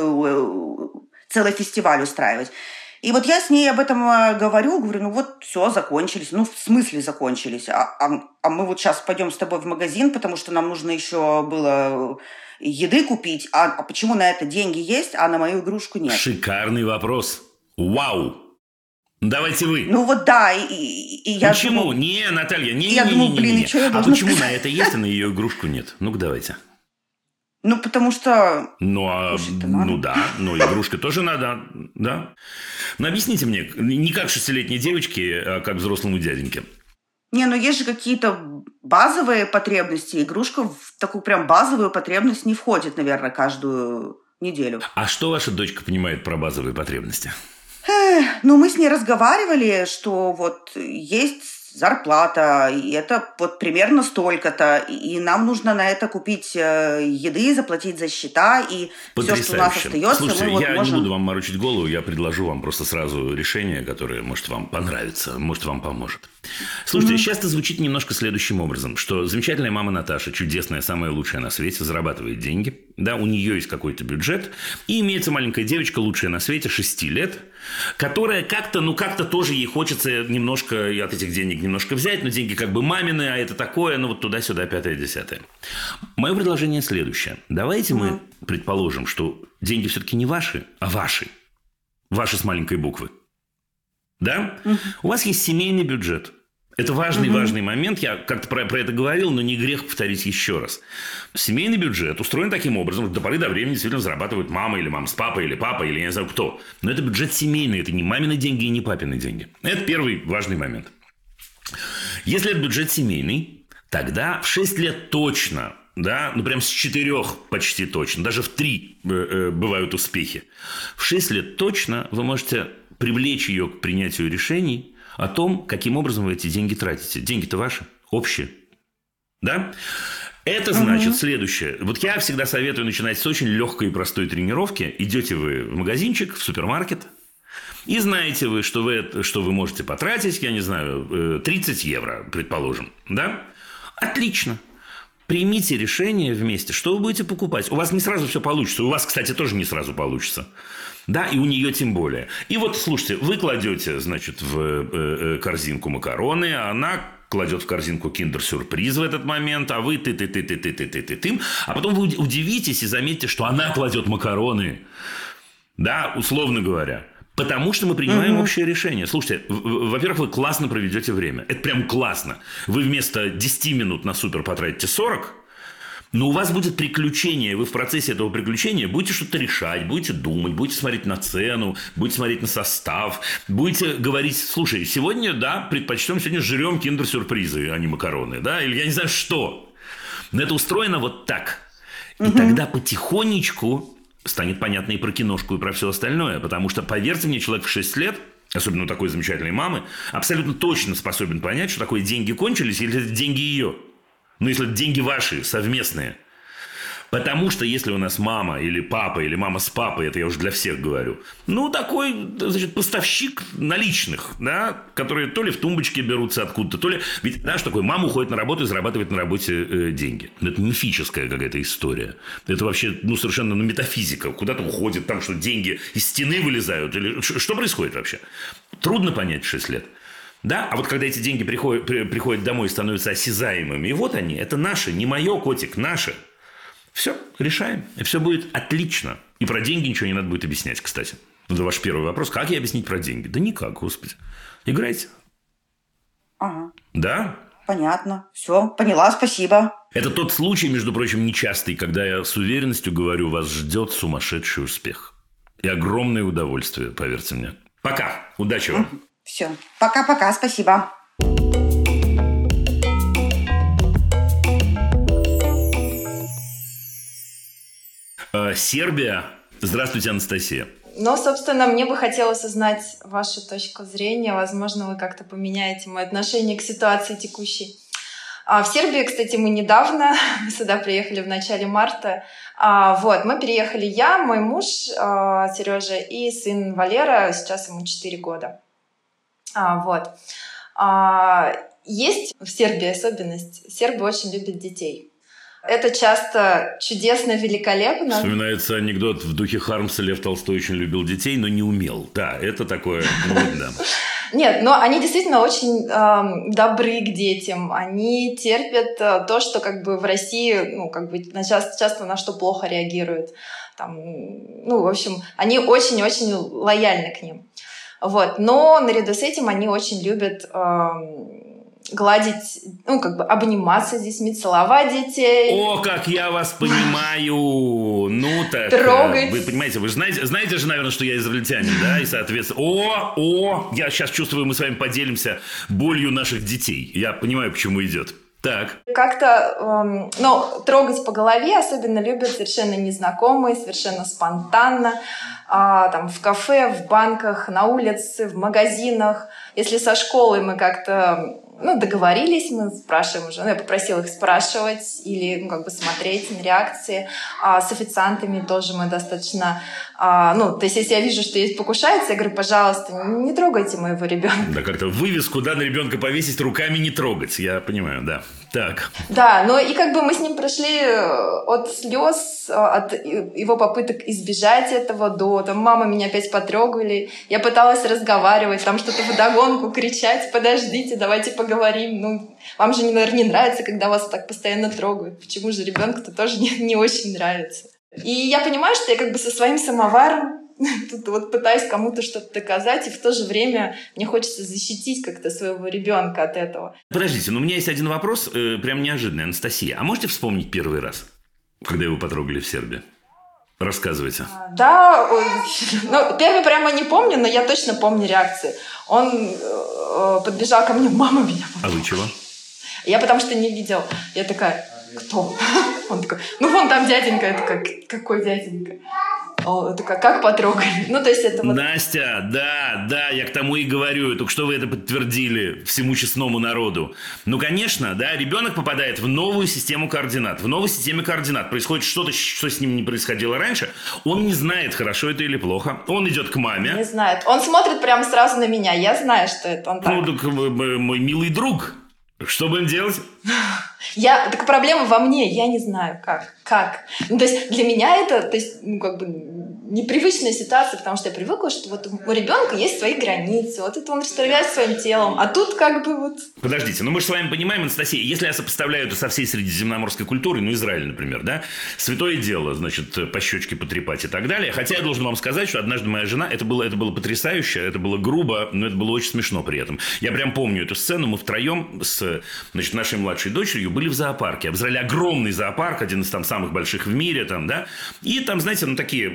F: целый фестиваль устраивать. И вот я с ней об этом говорю, ну вот все, закончились. Ну, в смысле закончились? А мы вот сейчас пойдем с тобой в магазин, потому что нам нужно еще было еды купить. А почему на это деньги есть, а на мою игрушку нет?
A: Шикарный вопрос. Вау! Давайте вы.
F: Ну вот да, и я
A: почему?
F: Думаю,
A: не, Наталья, не.
F: Я думаю, блин, и что я должна
A: почему
F: сказать?
A: на это есть, а на ее игрушку нет? Ну-ка, давайте.
F: Ну, потому что...
A: Ну, да, но игрушка тоже надо, да. Но объясните мне, не как 6-летней девочке, а как взрослому дяденьке.
F: Не, ну есть же какие-то базовые потребности. Игрушка в такую прям базовую потребность не входит, наверное, каждую неделю.
A: А что ваша дочка понимает про базовые потребности?
F: Ну, мы с ней разговаривали, что вот есть зарплата, и это вот примерно столько-то, и нам нужно на это купить еды, заплатить за счета, и все, что у нас остается,
A: слушайте,
F: мы вот
A: я
F: можем...
A: не буду вам морочить голову, я предложу вам просто сразу решение, которое может вам понравиться, может вам поможет. Слушайте, сейчас это звучит немножко следующим образом, что замечательная мама Наташа, чудесная, самая лучшая на свете, зарабатывает деньги, да, у нее есть какой-то бюджет, и имеется маленькая девочка, лучшая на свете, 6 лет, которая как-то тоже ей хочется немножко от этих денег немножко взять, но деньги как бы мамины, а это такое, ну вот туда-сюда, 5-10. Мое предложение следующее. Давайте мы предположим, что деньги все-таки не ваши, а ваши. Ваши с маленькой буквы. Да? У вас есть семейный бюджет. Это важный момент. Я как-то про это говорил, но не грех повторить еще раз. Семейный бюджет устроен таким образом, что до поры до времени действительно зарабатывают мама или мама с папой, или папа, или я не знаю кто. Но это бюджет семейный, это не мамины деньги и не папины деньги. Это первый важный момент. Если это бюджет семейный, тогда в 6 лет точно, да, ну прям с 4 почти точно, даже в 3 бывают успехи. В 6 лет точно вы можете привлечь ее к принятию решений о том, каким образом вы эти деньги тратите. Деньги-то ваши, общие. Да? Это значит следующее. Вот я всегда советую начинать с очень легкой и простой тренировки. Идете вы в магазинчик, в супермаркет, и знаете вы, что вы можете потратить, я не знаю, 30 евро, предположим. Да? Отлично. Примите решение вместе, что вы будете покупать. У вас не сразу все получится. У вас, кстати, тоже не сразу получится. Да, и у нее тем более. И вот, слушайте, вы кладете, значит, в корзинку макароны, а она кладет в корзинку киндер-сюрприз в этот момент, а вы ты. А потом вы удивитесь и заметите, что она кладет макароны. Да, условно говоря. Потому что мы принимаем общее решение. Слушайте, во-первых, вы классно проведете время. Это прям классно. Вы вместо 10 минут на супер потратите 40, но у вас будет приключение. Вы в процессе этого приключения будете что-то решать, будете думать, будете смотреть на цену, будете смотреть на состав, будете говорить: слушай, сегодня, да, предпочтем, сегодня жрем киндер-сюрпризы, а не макароны, да, или я не знаю что. Но это устроено вот так. И тогда потихонечку станет понятно и про киношку, и про все остальное. Потому что, поверьте мне, человек в 6 лет, особенно у такой замечательной мамы, абсолютно точно способен понять, что такое деньги кончились, или это деньги ее. Ну, если это деньги ваши, совместные. Потому что если у нас мама или папа, или мама с папой, это я уже для всех говорю, ну, такой, значит, поставщик наличных, да, которые то ли в тумбочке берутся откуда-то, то ли... Ведь, знаешь, такой, мама уходит на работу и зарабатывает на работе деньги. Это мифическая какая-то история. Это вообще, ну, совершенно метафизика. Куда-то уходит, там что, деньги из стены вылезают? Или что происходит вообще? Трудно понять в 6 лет. Да, а вот когда эти деньги приходят домой и становятся осязаемыми, и вот они, это наши, не мое, котик, наши. Все, решаем. И все будет отлично. И про деньги ничего не надо будет объяснять, кстати. Это ваш первый вопрос. Как ей объяснить про деньги? Да никак, господи. Играйте.
F: Ага.
A: Да?
F: Понятно. Все, поняла, спасибо.
A: Это тот случай, между прочим, нечастый, когда я с уверенностью говорю, вас ждет сумасшедший успех. И огромное удовольствие, поверьте мне. Пока. Удачи вам.
F: Все. Пока-пока, спасибо.
A: Сербия. Здравствуйте, Анастасия.
G: Ну, собственно, мне бы хотелось узнать вашу точку зрения. Возможно, вы как-то поменяете мое отношение к ситуации текущей. В Сербии, кстати, мы недавно сюда приехали в начале марта. Вот, мы переехали я, мой муж Сережа и сын Валера, сейчас ему 4 года. Вот. Есть в Сербии особенность. Сербы очень любят детей. Это часто чудесно, великолепно.
A: Вспоминается анекдот в духе Хармса. Лев Толстой очень любил детей, но не умел. Да, это такое, ну да.
G: Нет, но они действительно очень добры к детям. Они терпят то, что как бы в России, ну, как бы часто на что плохо реагируют. Там, ну, в общем, они очень-очень лояльны к ним. Вот. Но наряду с этим они очень любят гладить, ну, как бы обниматься с детьми, целовать детей.
A: О, как я вас понимаю! Ну так,
G: трогать.
A: Вы понимаете, вы же знаете же, наверное, что я израильтянин, да? И, соответственно, я сейчас чувствую, мы с вами поделимся болью наших детей. Я понимаю, к чему идет. Так.
G: Как-то, трогать по голове особенно любят совершенно незнакомые, совершенно спонтанно. Там в кафе, в банках, на улице, в магазинах. Если со школы мы как-то договорились, мы спрашиваем уже, я попросила их спрашивать или смотреть на реакции. С официантами тоже мы достаточно... то есть, если я вижу, что есть покушается, я говорю, пожалуйста, не трогайте моего ребенка.
A: Да, как-то вывеску, на ребенка повесить, руками не трогать, я понимаю, да. Так.
G: Да, и мы с ним прошли от слез, от его попыток избежать этого до, мама меня опять потрогали, я пыталась разговаривать, там что-то вдогонку кричать, подождите, давайте поговорим, вам же, наверное, не нравится, когда вас так постоянно трогают, почему же ребенку-то тоже не очень нравится. И я понимаю, что я со своим самоваром тут пытаюсь кому-то что-то доказать, и в то же время мне хочется защитить как-то своего ребенка от этого.
A: Подождите, у меня есть один вопрос, прям неожиданный, Анастасия. А можете вспомнить первый раз, когда его потрогали в Сербии? Рассказывайте.
G: Да, первый прямо не помню, но я точно помню реакцию. Он подбежал ко мне, мама меня потрогала.
A: А вы чего?
G: Я потому что не видела. Я такая, кто? Он такой, вон там дяденька. Я такая, какой дяденька? Он такой, как потрогали? То есть это вот...
A: Настя, да, я к тому и говорю. Только что вы это подтвердили всему честному народу. Конечно, да, ребенок попадает в новую систему координат. В новой системе координат происходит что-то, что с ним не происходило раньше. Он не знает, хорошо это или плохо. Он идет к маме.
G: Не знает. Он смотрит прямо сразу на меня. Я знаю, что это он так.
A: Так мой милый друг. Что будем делать?
G: Так проблема во мне, я не знаю, как. То есть для меня это, непривычная ситуация, потому что я привыкла, что у ребенка есть свои границы, это он расторгает своим телом, а тут
A: Подождите, мы же с вами понимаем, Анастасия, если я сопоставляю это со всей средиземноморской культурой, Израиль, например, да, святое дело, по щечке потрепать и так далее, хотя я должен вам сказать, что однажды моя жена, это было потрясающе, это было грубо, но это было очень смешно при этом. Я прям помню эту сцену, мы втроем с, нашей младшей дочерью были в зоопарке, обозрели огромный зоопарк, один из самых больших в мире, да, и там, знаете, такие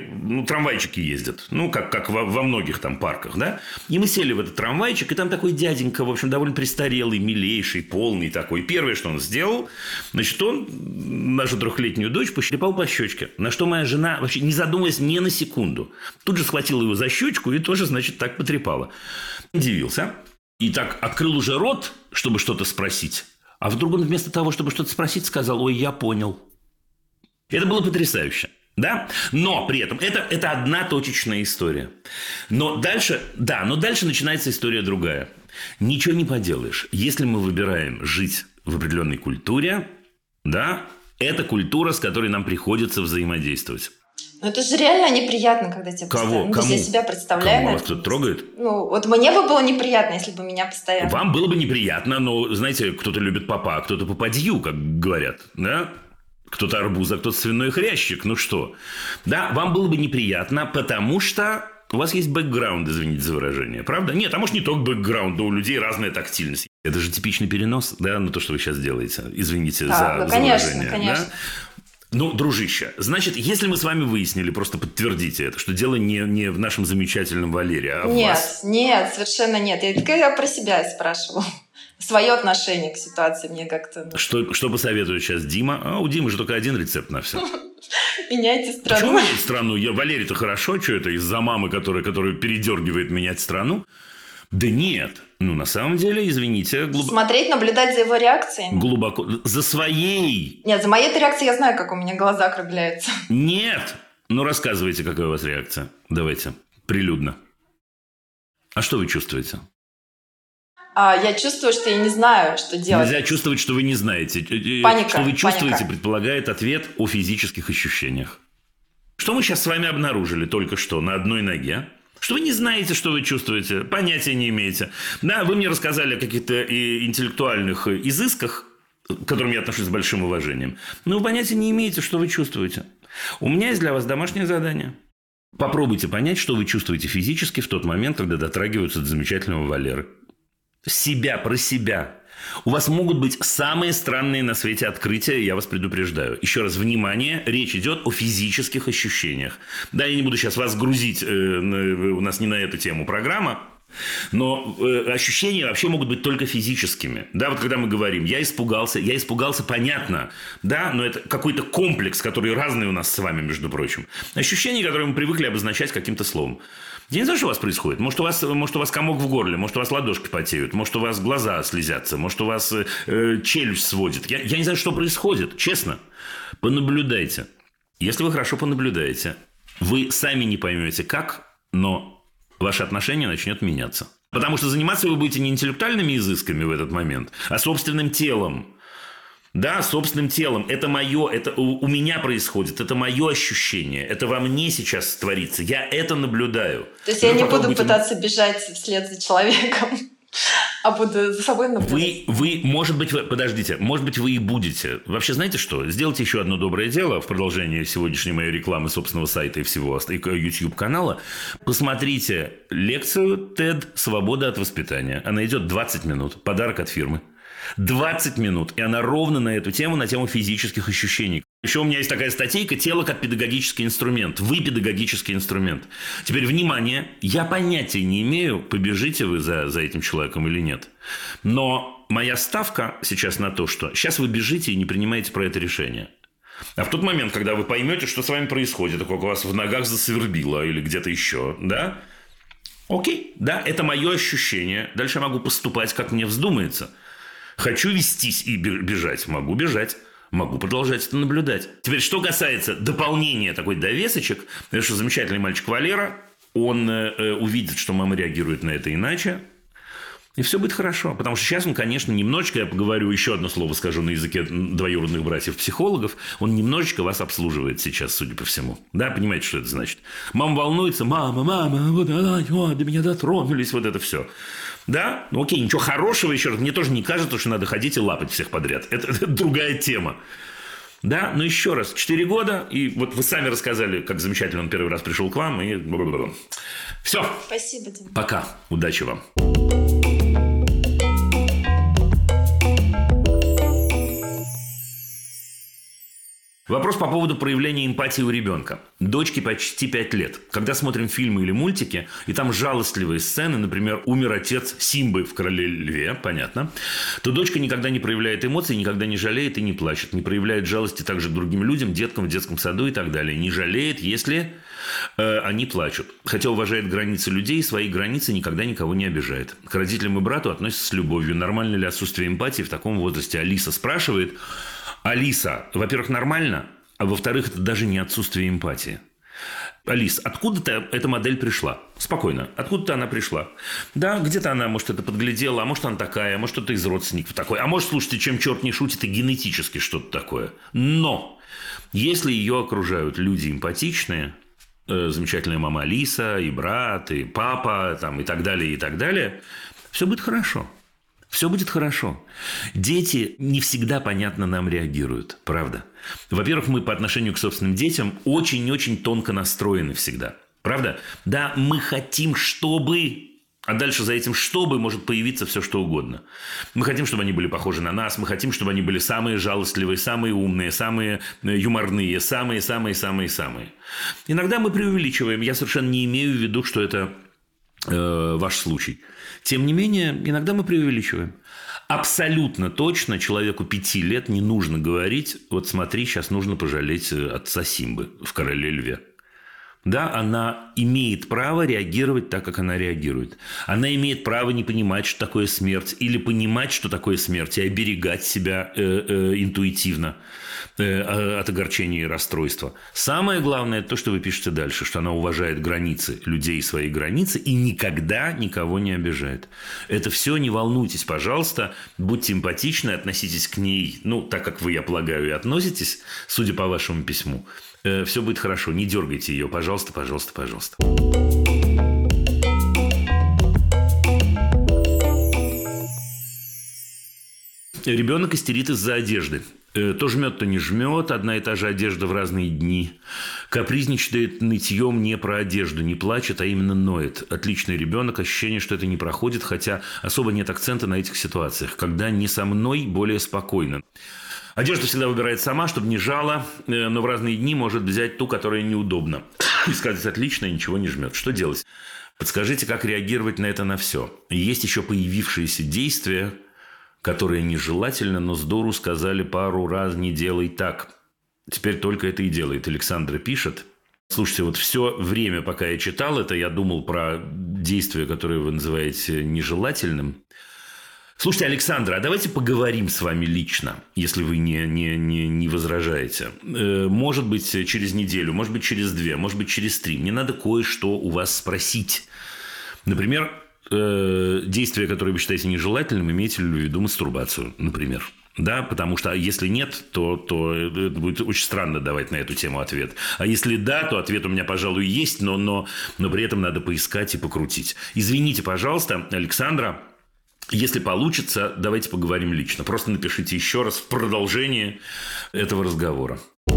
A: трамвайчики ездят, ну, как во многих там парках, да. И мы сели в этот трамвайчик, и там такой дяденька, в общем, довольно престарелый, милейший, полный такой. Первое, что он сделал, значит, он нашу 3-летнюю дочь потрепал по щечке, на что моя жена, вообще не задумываясь ни на секунду, тут же схватила его за щечку и тоже, значит, так потрепала. Удивился. И так открыл уже рот, чтобы что-то спросить. А вдруг он вместо того, чтобы что-то спросить, сказал: ой, я понял. Это было потрясающе. Да? Но при этом это одна точечная история. Но дальше начинается история другая. Ничего не поделаешь. Если мы выбираем жить в определенной культуре, да, это культура, с которой нам приходится взаимодействовать.
G: Ну, это же реально неприятно, когда тебя
A: постоянно...
G: Кому? Я себя представляю.
A: Кому? Вас кто-то трогает?
G: Ну, вот мне бы было неприятно, если бы меня постоянно...
A: Вам было бы неприятно, но, знаете, кто-то любит попа, а кто-то попадью, как говорят, да? Кто-то арбуз, а кто-то свиной хрящик. Ну что? Да, вам было бы неприятно, потому что у вас есть бэкграунд, извините за выражение. Правда? Нет, а может, не только бэкграунд, но у людей разная тактильность. Это же типичный перенос, да, на то, что вы сейчас делаете. Извините за выражение. Конечно. Да? Ну, дружище, значит, если мы с вами выяснили, просто подтвердите это, что дело не в нашем замечательном Валерии, а в вас.
G: Нет, совершенно нет. Я про себя спрашивала. Свое отношение к ситуации мне как-то...
A: Что посоветует сейчас Дима? А у Димы же только один рецепт на все.
G: Меняйте страну.
A: Почему менять страну? Валерий-то хорошо, что это из-за мамы, которая передергивает менять страну? Да нет. Ну, на самом деле, извините...
G: Смотреть, наблюдать за его реакциями.
A: Глубоко. За своей.
G: Нет, за моей реакцией я знаю, как у меня глаза округляются.
A: Нет. Ну, рассказывайте, какая у вас реакция. Давайте. Прилюдно. А что вы чувствуете?
G: Я чувствую, что я не знаю, что делать.
A: Нельзя чувствовать, что вы не знаете.
G: Паника.
A: Что вы чувствуете, предполагает ответ о физических ощущениях. Что мы сейчас с вами обнаружили только что на одной ноге? Что вы не знаете, что вы чувствуете, понятия не имеете. Да, вы мне рассказали о каких-то интеллектуальных изысках, к которым я отношусь с большим уважением. Но вы понятия не имеете, что вы чувствуете. У меня есть для вас домашнее задание. Попробуйте понять, что вы чувствуете физически в тот момент, когда дотрагиваются до замечательного Валеры. Себя, про себя. У вас могут быть самые странные на свете открытия, я вас предупреждаю. Еще раз, внимание, речь идет о физических ощущениях. Да, я не буду сейчас вас грузить, у нас не на эту тему программа, но ощущения вообще могут быть только физическими. Да, вот когда мы говорим, я испугался, понятно, да, но это какой-то комплекс, который разный у нас с вами, между прочим. Ощущения, которые мы привыкли обозначать каким-то словом. Я не знаю, что у вас происходит. Может, у вас комок в горле, может, у вас ладошки потеют, может, у вас глаза слезятся, может, у вас челюсть сводит. Я не знаю, что происходит, честно. Понаблюдайте. Если вы хорошо понаблюдаете, вы сами не поймете как, но ваше отношение начнет меняться. Потому что заниматься вы будете не интеллектуальными изысками в этот момент, а собственным телом. Да, собственным телом. Это мое, это у меня происходит, это мое ощущение, это во мне сейчас творится. Я это наблюдаю.
G: То есть я не буду пытаться бежать вслед за человеком, а буду за собой наблюдать.
A: Вы, может быть, подождите, может быть, вы и будете. Вообще, знаете что? Сделайте еще одно доброе дело в продолжение сегодняшней моей рекламы собственного сайта и всего, и YouTube-канала. Посмотрите лекцию TED «Свобода от воспитания». Она идет 20 минут. Подарок от фирмы. 20 минут, и она ровно на эту тему, на тему физических ощущений. Еще у меня есть такая статейка «Тело как педагогический инструмент». Вы педагогический инструмент. Теперь, внимание, я понятия не имею, побежите вы за этим человеком или нет. Но моя ставка сейчас на то, что сейчас вы бежите и не принимаете про это решение. А в тот момент, когда вы поймете, что с вами происходит, как у вас в ногах засвербило или где-то еще, да? Окей, да, это мое ощущение. Дальше я могу поступать, как мне вздумается. Хочу вестись и бежать. Могу бежать. Могу продолжать это наблюдать. Теперь, что касается дополнения такой довесочек, это что замечательный мальчик Валера, он увидит, что мама реагирует на это иначе, и все будет хорошо. Потому что сейчас он, конечно, немножечко, я поговорю, еще одно слово скажу на языке двоюродных братьев-психологов, он немножечко вас обслуживает сейчас, судя по всему. Да, понимаете, что это значит? Мама волнуется, мама, вот до меня дотронулись, вот это все. Да? Ну окей, ничего хорошего еще раз. Мне тоже не кажется, что надо ходить и лапать всех подряд. Это другая тема. Да, но еще раз, 4 года, и вот вы сами рассказали, как замечательно он первый раз пришел к вам, и все.
G: Спасибо, Дима.
A: Пока. Удачи вам. Вопрос по поводу проявления эмпатии у ребенка. Дочке почти 5 лет. Когда смотрим фильмы или мультики, и там жалостливые сцены, например, умер отец Симбы в «Короле льве», понятно, то дочка никогда не проявляет эмоций, никогда не жалеет и не плачет. Не проявляет жалости также к другим людям, деткам в детском саду и так далее. Не жалеет, если они плачут. Хотя уважает границы людей, свои границы никогда никого не обижает. К родителям и брату относится с любовью. Нормально ли отсутствие эмпатии в таком возрасте? Алиса спрашивает. Алиса, во-первых, нормально, а во-вторых, это даже не отсутствие эмпатии. Алис, откуда-то эта модель пришла? Спокойно, откуда-то она пришла. Да, где-то она, может, это подглядела, а может, она такая, а может, кто-то из родственников такой. А может, слушайте, чем черт не шутит, и генетически что-то такое. Но если ее окружают люди эмпатичные, замечательная мама Алиса, и брат, и папа, там, и так далее, все будет хорошо. Все будет хорошо. Дети не всегда понятно нам реагируют, правда. Во-первых, мы по отношению к собственным детям очень-очень тонко настроены всегда. Правда? Да, мы хотим, чтобы... А дальше за этим «чтобы» может появиться все, что угодно. Мы хотим, чтобы они были похожи на нас. Мы хотим, чтобы они были самые жалостливые, самые умные, самые юморные, самые. Иногда мы преувеличиваем. Я совершенно не имею в виду, что это ваш случай. Тем не менее, иногда мы преувеличиваем. Абсолютно точно человеку 5 лет не нужно говорить: вот смотри, сейчас нужно пожалеть отца Симбы в «Короле льве». Да, она имеет право реагировать так, как она реагирует. Она имеет право не понимать, что такое смерть, или понимать, что такое смерть, и оберегать себя интуитивно от огорчения и расстройства. Самое главное – это то, что вы пишете дальше, что она уважает границы людей и свои границы и никогда никого не обижает. Это все, не волнуйтесь, пожалуйста, будьте эмпатичны, относитесь к ней, так, как вы, я полагаю, и относитесь, судя по вашему письму. Все будет хорошо, не дергайте ее, пожалуйста. Ребенок истерит из-за одежды. То жмет, то не жмет, одна и та же одежда в разные дни. Капризничает нытьем не про одежду, не плачет, а именно ноет. Отличный ребенок, ощущение, что это не проходит, хотя особо нет акцента на этих ситуациях. Когда не со мной, более спокойно. Одежду всегда выбирает сама, чтобы не жала, но в разные дни может взять ту, которая неудобна. И сказать: отлично, и ничего не жмет. Что делать? Подскажите, как реагировать на это на все. Есть еще появившиеся действия, которые нежелательно, но здорово сказали пару раз: не делай так. Теперь только это и делает. Александра пишет. Слушайте, вот все время, пока я читал это, я думал про действие, которое вы называете нежелательным. Слушайте, Александра, а давайте поговорим с вами лично, если вы не возражаете. Может быть, через неделю, может быть, через 2, может быть, через 3. Мне надо кое-что у вас спросить. Например, действие, которое вы считаете нежелательным, имейте ли в виду мастурбацию, например. Да, потому что если нет, то это будет очень странно давать на эту тему ответ. А если да, то ответ у меня, пожалуй, есть, но при этом надо поискать и покрутить. Извините, пожалуйста, Александра. Если получится, давайте поговорим лично. Просто напишите еще раз в продолжение этого разговора.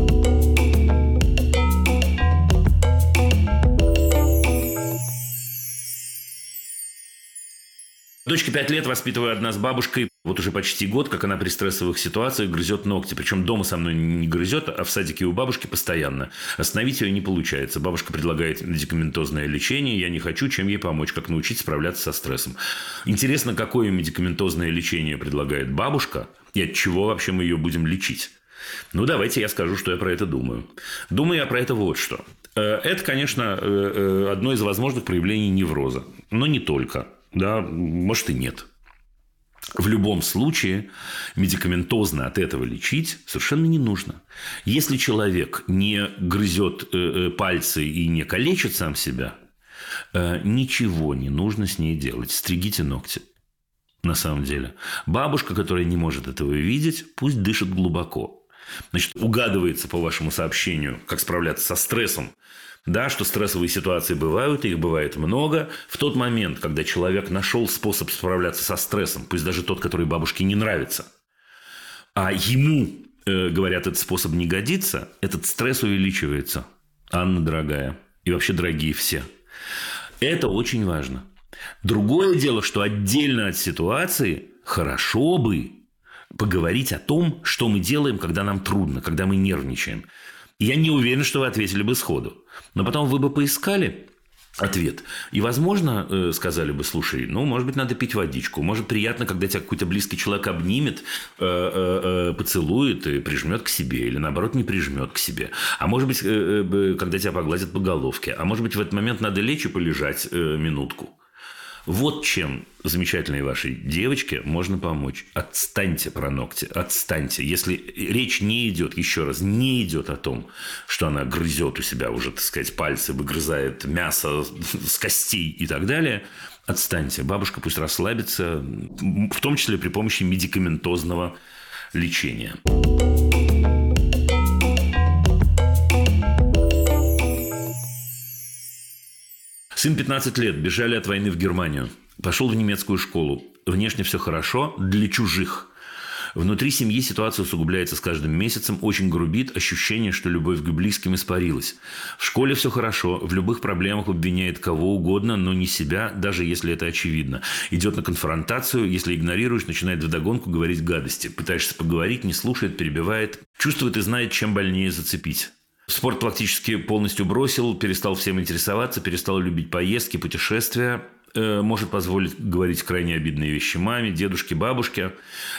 A: Дочке 5 лет, воспитываю одна с бабушкой. Вот уже почти год, как она при стрессовых ситуациях грызет ногти. Причем дома со мной не грызет, а в садике у бабушки постоянно. Остановить ее не получается. Бабушка предлагает медикаментозное лечение. Я не хочу, чем ей помочь, как научить справляться со стрессом. Интересно, какое медикаментозное лечение предлагает бабушка и от чего вообще мы ее будем лечить. Давайте я скажу, что я про это думаю. Думаю я про это вот что. Это, конечно, одно из возможных проявлений невроза. Но не только. Да, может и нет. В любом случае, медикаментозно от этого лечить совершенно не нужно. Если человек не грызет пальцы и не калечит сам себя, ничего не нужно с ней делать. Стригите ногти. На самом деле. Бабушка, которая не может этого видеть, пусть дышит глубоко. Значит, угадывается по вашему сообщению, как справляться со стрессом. Да, что стрессовые ситуации бывают, и их бывает много. В тот момент, когда человек нашел способ справляться со стрессом, пусть даже тот, который бабушке не нравится, а ему, говорят, этот способ не годится, этот стресс увеличивается. Анна, дорогая, и вообще дорогие все. Это очень важно. Другое дело, что отдельно от ситуации хорошо бы поговорить о том, что мы делаем, когда нам трудно, когда мы нервничаем. И я не уверен, что вы ответили бы сходу. Но потом вы бы поискали ответ. И, возможно, сказали бы: слушай, может быть, надо пить водичку. Может, приятно, когда тебя какой-то близкий человек обнимет, поцелует и прижмет к себе. Или, наоборот, не прижмет к себе. А может быть, когда тебя погладят по головке. А может быть, в этот момент надо лечь и полежать минутку. Вот чем замечательной вашей девочке можно помочь. Отстаньте про ногти, отстаньте. Если речь не идет, еще раз, не идет о том, что она грызет у себя уже, так сказать, пальцы, выгрызает мясо с костей и так далее, отстаньте. Бабушка пусть расслабится, в том числе при помощи медикаментозного лечения. Сын 15 лет, бежали от войны в Германию. Пошел в немецкую школу. Внешне все хорошо для чужих. Внутри семьи ситуация усугубляется с каждым месяцем. Очень грубит ощущение, что любовь к близким испарилась. В школе все хорошо. В любых проблемах обвиняет кого угодно, но не себя, даже если это очевидно. Идет на конфронтацию. Если игнорируешь, начинает вдогонку говорить гадости. Пытаешься поговорить, не слушает, перебивает. Чувствует и знает, чем больнее зацепить. Спорт практически полностью бросил, перестал всем интересоваться, перестал любить поездки, путешествия. Может позволить говорить крайне обидные вещи маме, дедушке, бабушке.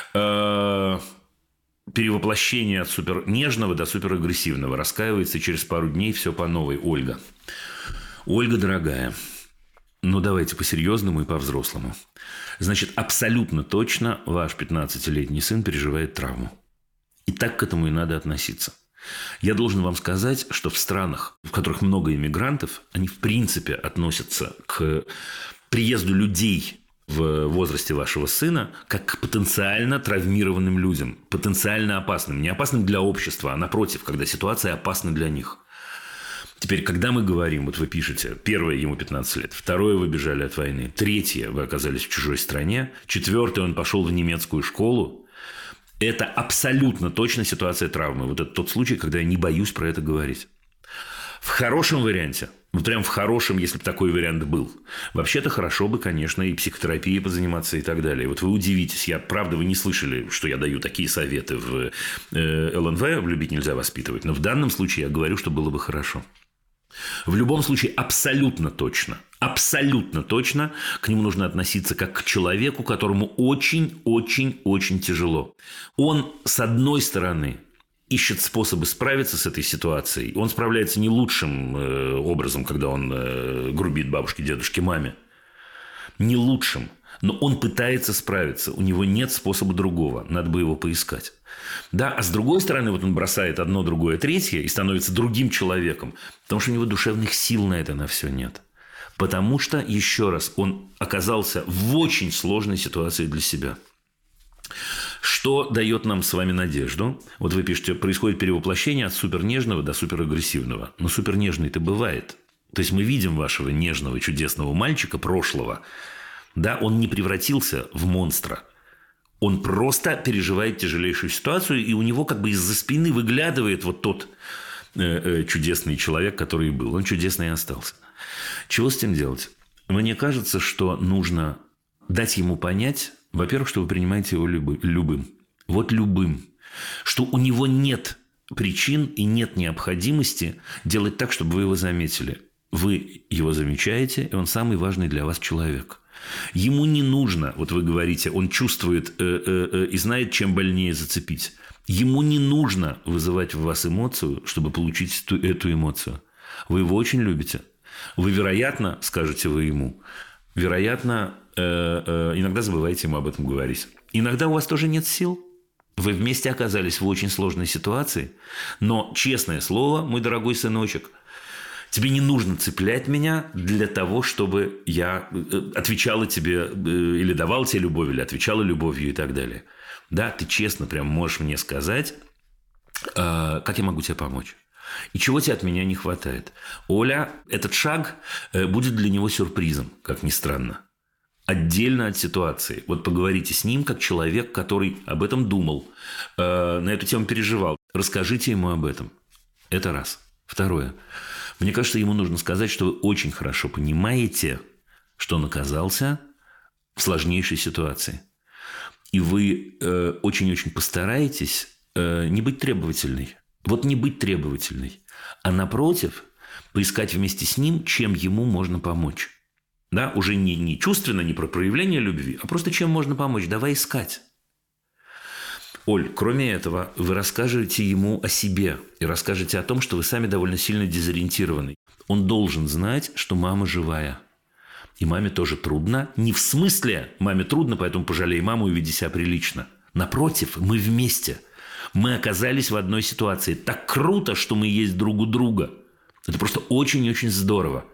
A: Перевоплощение от супернежного до суперагрессивного. Раскаивается, и через пару дней все по новой. Ольга. Ольга, дорогая, давайте по-серьезному и по-взрослому. Значит, абсолютно точно ваш 15-летний сын переживает травму. И так к этому и надо относиться. Я должен вам сказать, что в странах, в которых много иммигрантов, они в принципе относятся к приезду людей в возрасте вашего сына как к потенциально травмированным людям, потенциально опасным. Не опасным для общества, а напротив, когда ситуация опасна для них. Теперь, когда мы говорим, вот вы пишете, первое, ему 15 лет, второе, вы бежали от войны, третье, вы оказались в чужой стране, четвертое, он пошел в немецкую школу. Это абсолютно точно ситуация травмы. Вот это тот случай, когда я не боюсь про это говорить. В хорошем варианте, прям в хорошем, если бы такой вариант был, вообще-то хорошо бы, конечно, и психотерапией позаниматься и так далее. Вот вы удивитесь. Правда, вы не слышали, что я даю такие советы в ЛНВ, «Любить нельзя воспитывать». Но в данном случае я говорю, что было бы хорошо. В любом случае, абсолютно точно к нему нужно относиться как к человеку, которому очень-очень-очень тяжело. Он, с одной стороны, ищет способы справиться с этой ситуацией. Он справляется не лучшим образом, когда он грубит бабушке, дедушке, маме. Не лучшим. Но он пытается справиться. У него нет способа другого. Надо бы его поискать. Да, а с другой стороны, вот он бросает одно, другое, третье и становится другим человеком. Потому что у него душевных сил на это, на все нет. Потому что, еще раз, он оказался в очень сложной ситуации для себя. Что дает нам с вами надежду? Вот вы пишете, происходит перевоплощение от супернежного до суперагрессивного. Но супернежный-то бывает. То есть мы видим вашего нежного, чудесного мальчика прошлого. Да, он не превратился в монстра. Он просто переживает тяжелейшую ситуацию, и у него как бы из-за спины выглядывает вот тот чудесный человек, который и был. Он чудесный и остался. Чего с этим делать? Мне кажется, что нужно дать ему понять, во-первых, что вы принимаете его любым. Вот любым. Что у него нет причин и нет необходимости делать так, чтобы вы его заметили. Вы его замечаете, и он самый важный для вас человек. Ему не нужно, вот вы говорите, он чувствует и знает, чем больнее зацепить. Ему не нужно вызывать в вас эмоцию, чтобы получить эту эмоцию. Вы его очень любите. Вы, вероятно, скажете вы ему, вероятно, иногда забываете ему об этом говорить. Иногда у вас тоже нет сил. Вы вместе оказались в очень сложной ситуации. Но, честное слово, мой дорогой сыночек, тебе не нужно цеплять меня для того, чтобы я отвечала тебе или давала тебе любовь, или отвечала любовью и так далее. Да, ты честно прям можешь мне сказать, как я могу тебе помочь. И чего тебе от меня не хватает. Оля, этот шаг будет для него сюрпризом, как ни странно. Отдельно от ситуации. Вот поговорите с ним, как человек, который об этом думал, на эту тему переживал. Расскажите ему об этом. Это раз. Второе. Мне кажется, ему нужно сказать, что вы очень хорошо понимаете, что он оказался в сложнейшей ситуации. и вы очень-очень постараетесь не быть требовательной. Вот не быть требовательной, а напротив, поискать вместе с ним, чем ему можно помочь. Да? Уже не чувственно, не про проявление любви, а просто чем можно помочь. Давай искать. Оль, кроме этого, вы расскажете ему о себе и расскажете о том, что вы сами довольно сильно дезориентированы. Он должен знать, что мама живая. И маме тоже трудно. Не в смысле маме трудно, поэтому пожалей маму и веди себя прилично. Напротив, мы вместе. Мы оказались в одной ситуации. Так круто, что мы есть друг у друга. Это просто очень-очень здорово.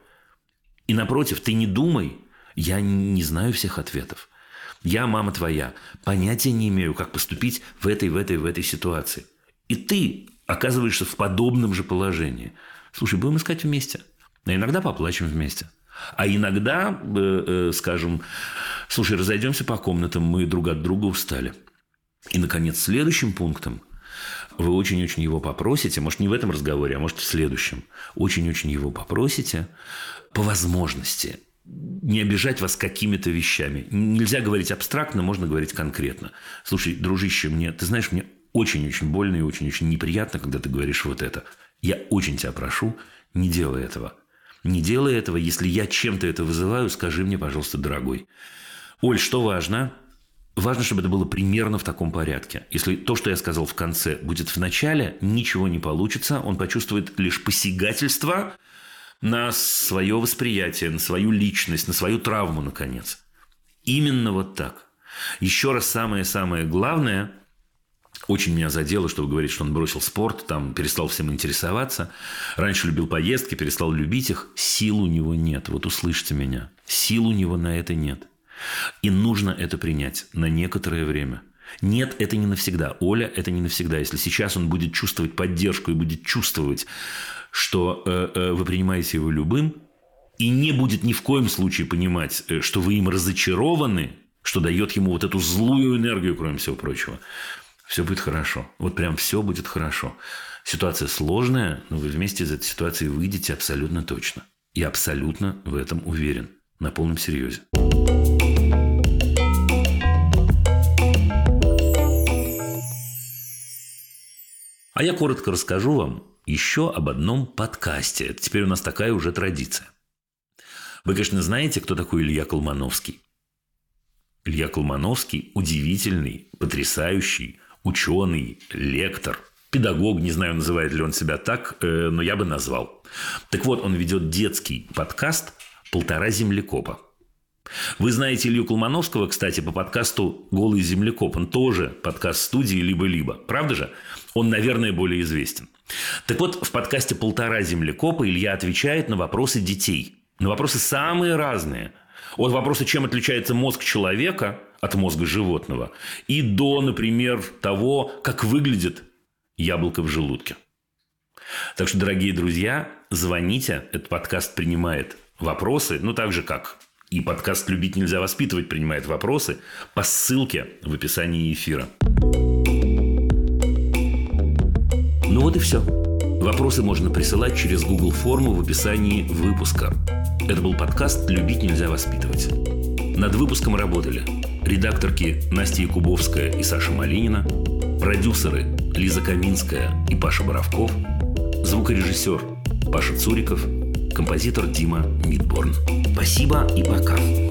A: И напротив, ты не думай, я не знаю всех ответов. Я мама твоя. Понятия не имею, как поступить в этой ситуации. И ты оказываешься в подобном же положении. Слушай, будем искать вместе. А иногда поплачем вместе. А иногда, скажем, слушай, разойдемся по комнатам, мы друг от друга устали. И, наконец, следующим пунктом вы очень-очень его попросите, может, не в этом разговоре, а может, в следующем, очень-очень его попросите по возможности не обижать вас какими-то вещами. Нельзя говорить абстрактно, можно говорить конкретно. Слушай, дружище, ты знаешь, мне очень-очень больно и очень-очень неприятно, когда ты говоришь вот это. Я очень тебя прошу, не делай этого. Не делай этого. Если я чем-то это вызываю, скажи мне, пожалуйста, дорогой. Оль, что важно? Важно, чтобы это было примерно в таком порядке. Если то, что я сказал в конце, будет в начале, ничего не получится. Он почувствует лишь посягательство на свое восприятие, на свою личность, на свою травму, наконец. Именно вот так. Еще раз, самое-самое главное, очень меня задело, что вы говорите, что он бросил спорт, там, перестал всем интересоваться. Раньше любил поездки, перестал любить их. Сил у него нет. Вот услышьте меня. Сил у него на это нет. И нужно это принять на некоторое время. Нет, это не навсегда. Оля, это не навсегда. Если сейчас он будет чувствовать поддержку и будет чувствовать, что вы принимаете его любым, и не будет ни в коем случае понимать, что вы им разочарованы, что дает ему вот эту злую энергию, кроме всего прочего, все будет хорошо. Вот прям все будет хорошо. Ситуация сложная, но вы вместе из этой ситуации выйдете абсолютно точно. Я абсолютно в этом уверен. На полном серьезе. А я коротко расскажу вам еще об одном подкасте. Это теперь у нас такая уже традиция. Вы, конечно, знаете, кто такой Илья Колмановский. Илья Колмановский – удивительный, потрясающий ученый, лектор, педагог. Не знаю, называет ли он себя так, но я бы назвал. Так вот, он ведет детский подкаст «1,5 землекопа». Вы знаете Илью Колмановского, кстати, по подкасту «Голый землекоп». Он тоже подкаст студии «Либо-либо». Правда же? Он, наверное, более известен. Так вот, в подкасте «1,5 землекопа» Илья отвечает на вопросы детей. На вопросы самые разные. От вопроса, чем отличается мозг человека от мозга животного, и до, например, того, как выглядит яблоко в желудке. Так что, дорогие друзья, звоните. Этот подкаст принимает вопросы, так же, как и подкаст «Любить нельзя воспитывать» принимает вопросы по ссылке в описании эфира. Ну вот и все. Вопросы можно присылать через Google форму в описании выпуска. Это был подкаст «Любить нельзя воспитывать». Над выпуском работали редакторки Настя Якубовская и Саша Малинина, продюсеры Лиза Каминская и Паша Боровков, звукорежиссер Паша Цуриков, композитор Дима Мидборн. Спасибо и пока.